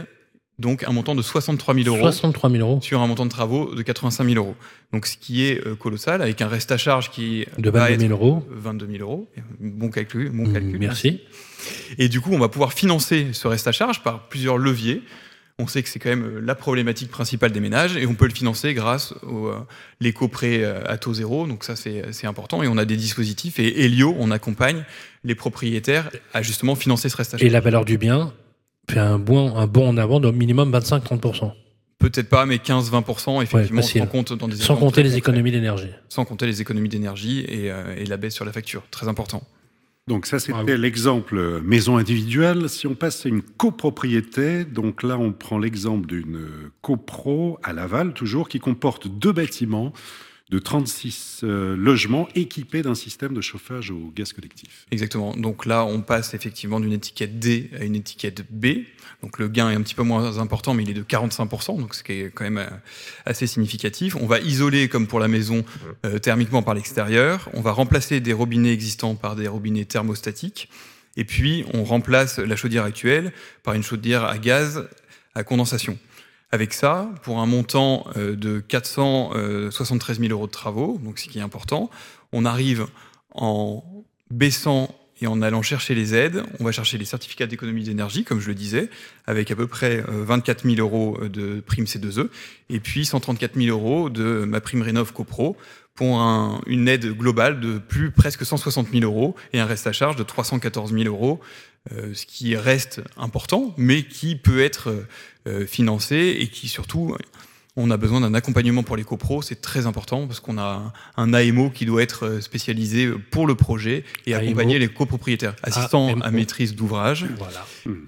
Speaker 10: donc un montant de 63 000 euros.
Speaker 2: 63 000 euros.
Speaker 10: Sur un montant de travaux de 85 000 euros. Donc ce qui est colossal, avec un reste à charge qui
Speaker 2: de 22 000 euros.
Speaker 10: 22 000 euros. Bon calcul.
Speaker 2: Merci.
Speaker 10: Et du coup, on va pouvoir financer ce reste à charge par plusieurs leviers. On sait que c'est quand même la problématique principale des ménages et on peut le financer grâce aux l'éco-prêt à taux zéro. Donc ça, c'est important. Et on a des dispositifs. Et Elio, on accompagne les propriétaires à justement financer ce reste à charge.
Speaker 2: Et la valeur du bien fait un bond en avant de minimum 25-30%.
Speaker 10: Peut-être pas, mais 15-20%, effectivement,
Speaker 2: sans compter les économies d'énergie.
Speaker 10: Sans compter les économies d'énergie et la baisse sur la facture. Très important.
Speaker 3: Donc ça, c'était l'exemple maison individuelle. Si on passe à une copropriété, donc là, on prend l'exemple d'une copro à Laval, toujours, qui comporte 2 bâtiments de 36 logements équipés d'un système de chauffage au gaz collectif.
Speaker 10: Exactement. Donc là, on passe effectivement d'une étiquette D à une étiquette B. Donc le gain est un petit peu moins important, mais il est de 45%, donc ce qui est quand même assez significatif. On va isoler, comme pour la maison, thermiquement par l'extérieur. On va remplacer des robinets existants par des robinets thermostatiques. Et puis, on remplace la chaudière actuelle par une chaudière à gaz à condensation. Avec ça, pour un montant de 473 000 euros de travaux, donc ce qui est important, on arrive en baissant et en allant chercher les aides. On va chercher les certificats d'économie d'énergie, comme je le disais, avec à peu près 24 000 euros de prime C2E, et puis 134 000 euros de ma prime Rénov CoPro, pour une aide globale de presque 160 000 euros et un reste à charge de 314 000 euros, ce qui reste important, mais qui peut être financé et qui surtout, on a besoin d'un accompagnement pour les copros, c'est très important parce qu'on a un AMO qui doit être spécialisé pour le projet et accompagner les copropriétaires, assistant à maîtrise d'ouvrage.
Speaker 2: Voilà.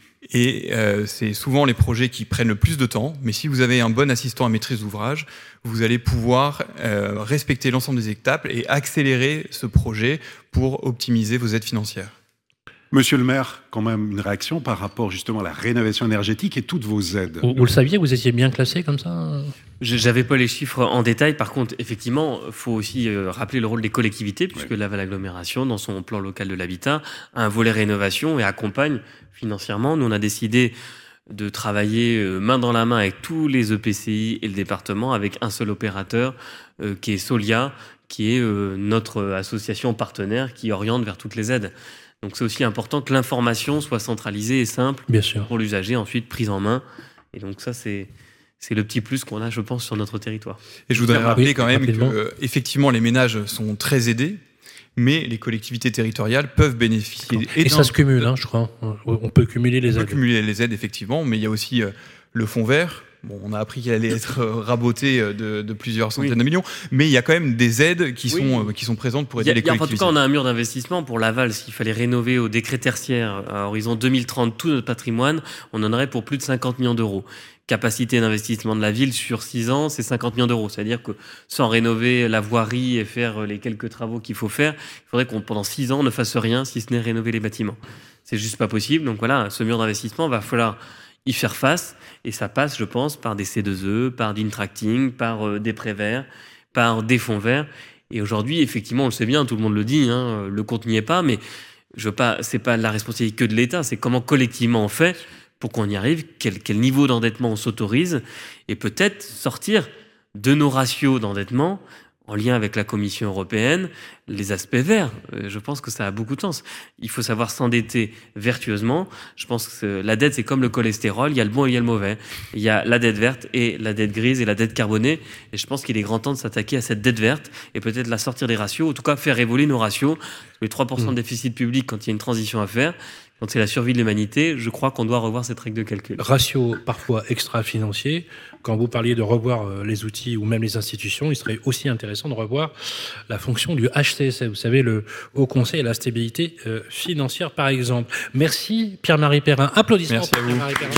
Speaker 10: Et c'est souvent les projets qui prennent le plus de temps, mais si vous avez un bon assistant à maîtrise d'ouvrage, vous allez pouvoir respecter l'ensemble des étapes et accélérer ce projet pour optimiser vos aides financières.
Speaker 3: Monsieur le maire, quand même une réaction par rapport justement à la rénovation énergétique et toutes vos aides.
Speaker 2: Vous le saviez, vous étiez bien classé comme ça ?
Speaker 6: J'avais pas les chiffres en détail. Par contre, effectivement, il faut aussi rappeler le rôle des collectivités, puisque Laval Agglomération, dans son plan local de l'habitat, a un volet rénovation et accompagne financièrement. Nous, on a décidé de travailler main dans la main avec tous les EPCI et le département, avec un seul opérateur, qui est Solia, qui est notre association partenaire qui oriente vers toutes les aides. Donc c'est aussi important que l'information soit centralisée et simple pour l'usager, ensuite prise en main. Et donc ça, c'est le petit plus qu'on a, je pense, sur notre territoire.
Speaker 10: Et je voudrais rappeler quand même que, effectivement, les ménages sont très aidés, mais les collectivités territoriales peuvent bénéficier.
Speaker 2: Et ça se cumule, je crois. On peut cumuler les aides.
Speaker 10: On peut cumuler les aides, effectivement, mais il y a aussi le fonds vert. Bon, on a appris qu'il allait être raboté de plusieurs centaines de millions, mais il y a quand même des aides qui sont présentes pour aider les collectivités.
Speaker 6: En tout cas, on a un mur d'investissement pour Laval. S'il fallait rénover au décret tertiaire à horizon 2030 tout notre patrimoine, on en aurait pour plus de 50 millions d'euros. Capacité d'investissement de la ville sur 6 ans, c'est 50 millions d'euros. C'est-à-dire que sans rénover la voirie et faire les quelques travaux qu'il faut faire, il faudrait qu'on, pendant 6 ans, ne fasse rien si ce n'est rénover les bâtiments. C'est juste pas possible. Donc voilà, ce mur d'investissement, va falloir y faire face, et ça passe, je pense, par des C2E, par du tracting, par des prêts verts, par des fonds verts. Et aujourd'hui, effectivement, on le sait bien, tout le monde le dit, le compte n'y est pas, mais c'est pas la responsabilité que de l'État, c'est comment collectivement on fait pour qu'on y arrive, quel niveau d'endettement on s'autorise, et peut-être sortir de nos ratios d'endettement en lien avec la Commission européenne, les aspects verts. Je pense que ça a beaucoup de sens. Il faut savoir s'endetter vertueusement. Je pense que la dette, c'est comme le cholestérol. Il y a le bon et il y a le mauvais. Il y a la dette verte et la dette grise et la dette carbonée. Et je pense qu'il est grand temps de s'attaquer à cette dette verte et peut-être la sortir des ratios, en tout cas faire évoluer nos ratios. Les 3% de déficit public quand il y a une transition à faire, quand c'est la survie de l'humanité, je crois qu'on doit revoir cette règle de calcul.
Speaker 2: Ratio parfois extra-financier. Quand vous parliez de revoir les outils ou même les institutions, il serait aussi intéressant de revoir la fonction du HCSF, vous savez, le Haut Conseil à la stabilité financière, par exemple. Merci Pierre-Marie Perrin. Applaudissements
Speaker 10: pour
Speaker 2: Pierre-Marie Perrin.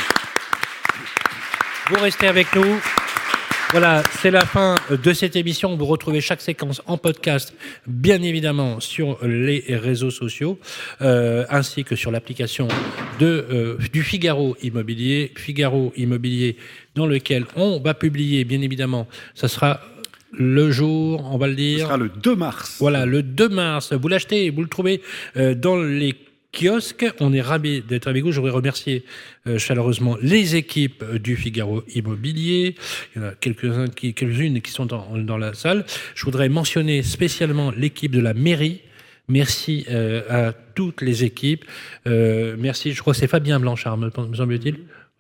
Speaker 2: Vous restez avec nous. Voilà, c'est la fin de cette émission. Vous retrouvez chaque séquence en podcast, bien évidemment, sur les réseaux sociaux, ainsi que sur l'application du Figaro Immobilier. Figaro Immobilier, dans lequel on va publier, bien évidemment, ça sera le jour, on va le dire.
Speaker 3: Ce sera le 2 mars.
Speaker 2: Voilà, le 2 mars. Vous l'achetez, vous le trouvez dans les kiosque. On est ravis d'être avec vous. Je voudrais remercier chaleureusement les équipes du Figaro Immobilier. Il y en a quelques-unes qui sont dans la salle. Je voudrais mentionner spécialement l'équipe de la mairie. Merci à toutes les équipes. Merci, je crois que c'est Fabien Blanchard, me semble-t-il,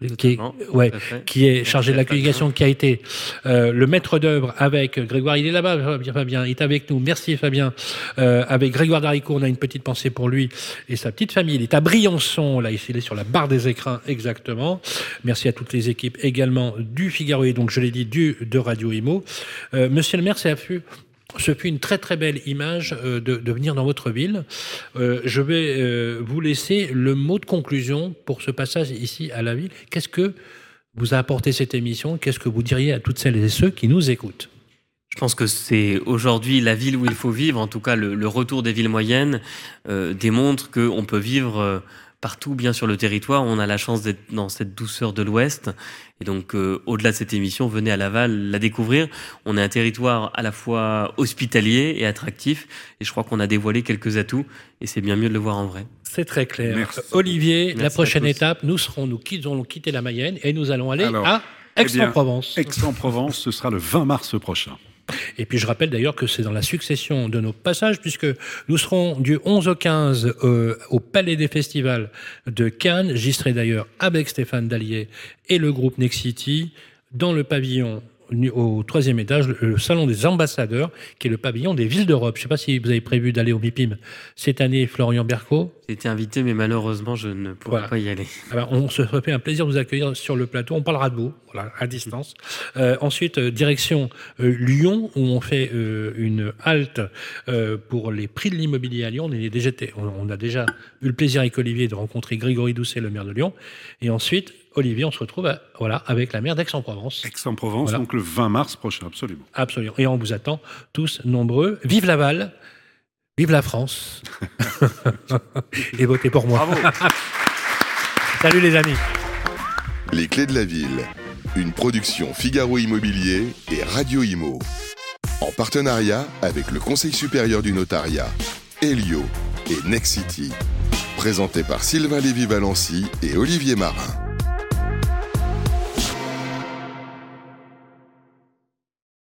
Speaker 2: qui est chargé de la communication, qui a été le maître d'œuvre avec Grégoire. Il est là-bas, Fabien, il est avec nous. Merci Fabien. Avec Grégoire Daricourt, on a une petite pensée pour lui et sa petite famille. Il est à Briançon, là, il est sur la barre des écrins, exactement. Merci à toutes les équipes également du Figaro et donc, je l'ai dit, de Radio Imo. Monsieur le maire, ce fut une très très belle image de venir dans votre ville. Je vais vous laisser le mot de conclusion pour ce passage ici à la ville. Qu'est-ce que vous a apporté cette émission ? Qu'est-ce que vous diriez à toutes celles et ceux qui nous écoutent ?
Speaker 6: Je pense que c'est aujourd'hui la ville où il faut vivre. En tout cas, le retour des villes moyennes démontre qu'on peut vivre partout, bien sur le territoire. On a la chance d'être dans cette douceur de l'Ouest. Et donc, au-delà de cette émission, venez à Laval la découvrir. On est un territoire à la fois hospitalier et attractif. Et je crois qu'on a dévoilé quelques atouts. Et c'est bien mieux de le voir en vrai.
Speaker 2: C'est très clair.
Speaker 3: Merci.
Speaker 2: Olivier,
Speaker 3: Merci
Speaker 2: la prochaine étape, nous allons quitter la Mayenne et nous allons aller à Aix-en-Provence.
Speaker 3: Aix-en-Provence, ce sera le 20 mars prochain.
Speaker 2: Et puis je rappelle d'ailleurs que c'est dans la succession de nos passages, puisque nous serons du 11 au 15 au Palais des Festivals de Cannes. J'y serai d'ailleurs avec Stéphane Dallier et le groupe Nexity dans le pavillon au 3e étage, le salon des ambassadeurs, qui est le pavillon des villes d'Europe. Je ne sais pas si vous avez prévu d'aller au MIPIM cette année, Florian Berco.
Speaker 6: J'ai été invité, mais malheureusement, je ne pourrai pas y aller.
Speaker 2: Alors, on se fait un plaisir de vous accueillir sur le plateau. On parlera de vous, à distance. Ensuite, direction Lyon, où on fait une halte pour les prix de l'immobilier à Lyon. On a déjà eu le plaisir avec Olivier de rencontrer Grégory Doucet, le maire de Lyon. Et ensuite, Olivier, on se retrouve avec la maire d'Aix-en-Provence.
Speaker 3: Aix-en-Provence, donc le 20 mars prochain, absolument.
Speaker 2: Absolument. Et on vous attend tous nombreux. Vive Laval, vive la France. Et votez pour moi.
Speaker 3: Bravo.
Speaker 2: Salut les amis.
Speaker 1: Les clés de la ville, une production Figaro Immobilier et Radio Imo. En partenariat avec le Conseil supérieur du notariat, Elio et Nexity. Présenté par Sylvain Lévy-Valency et Olivier Marin.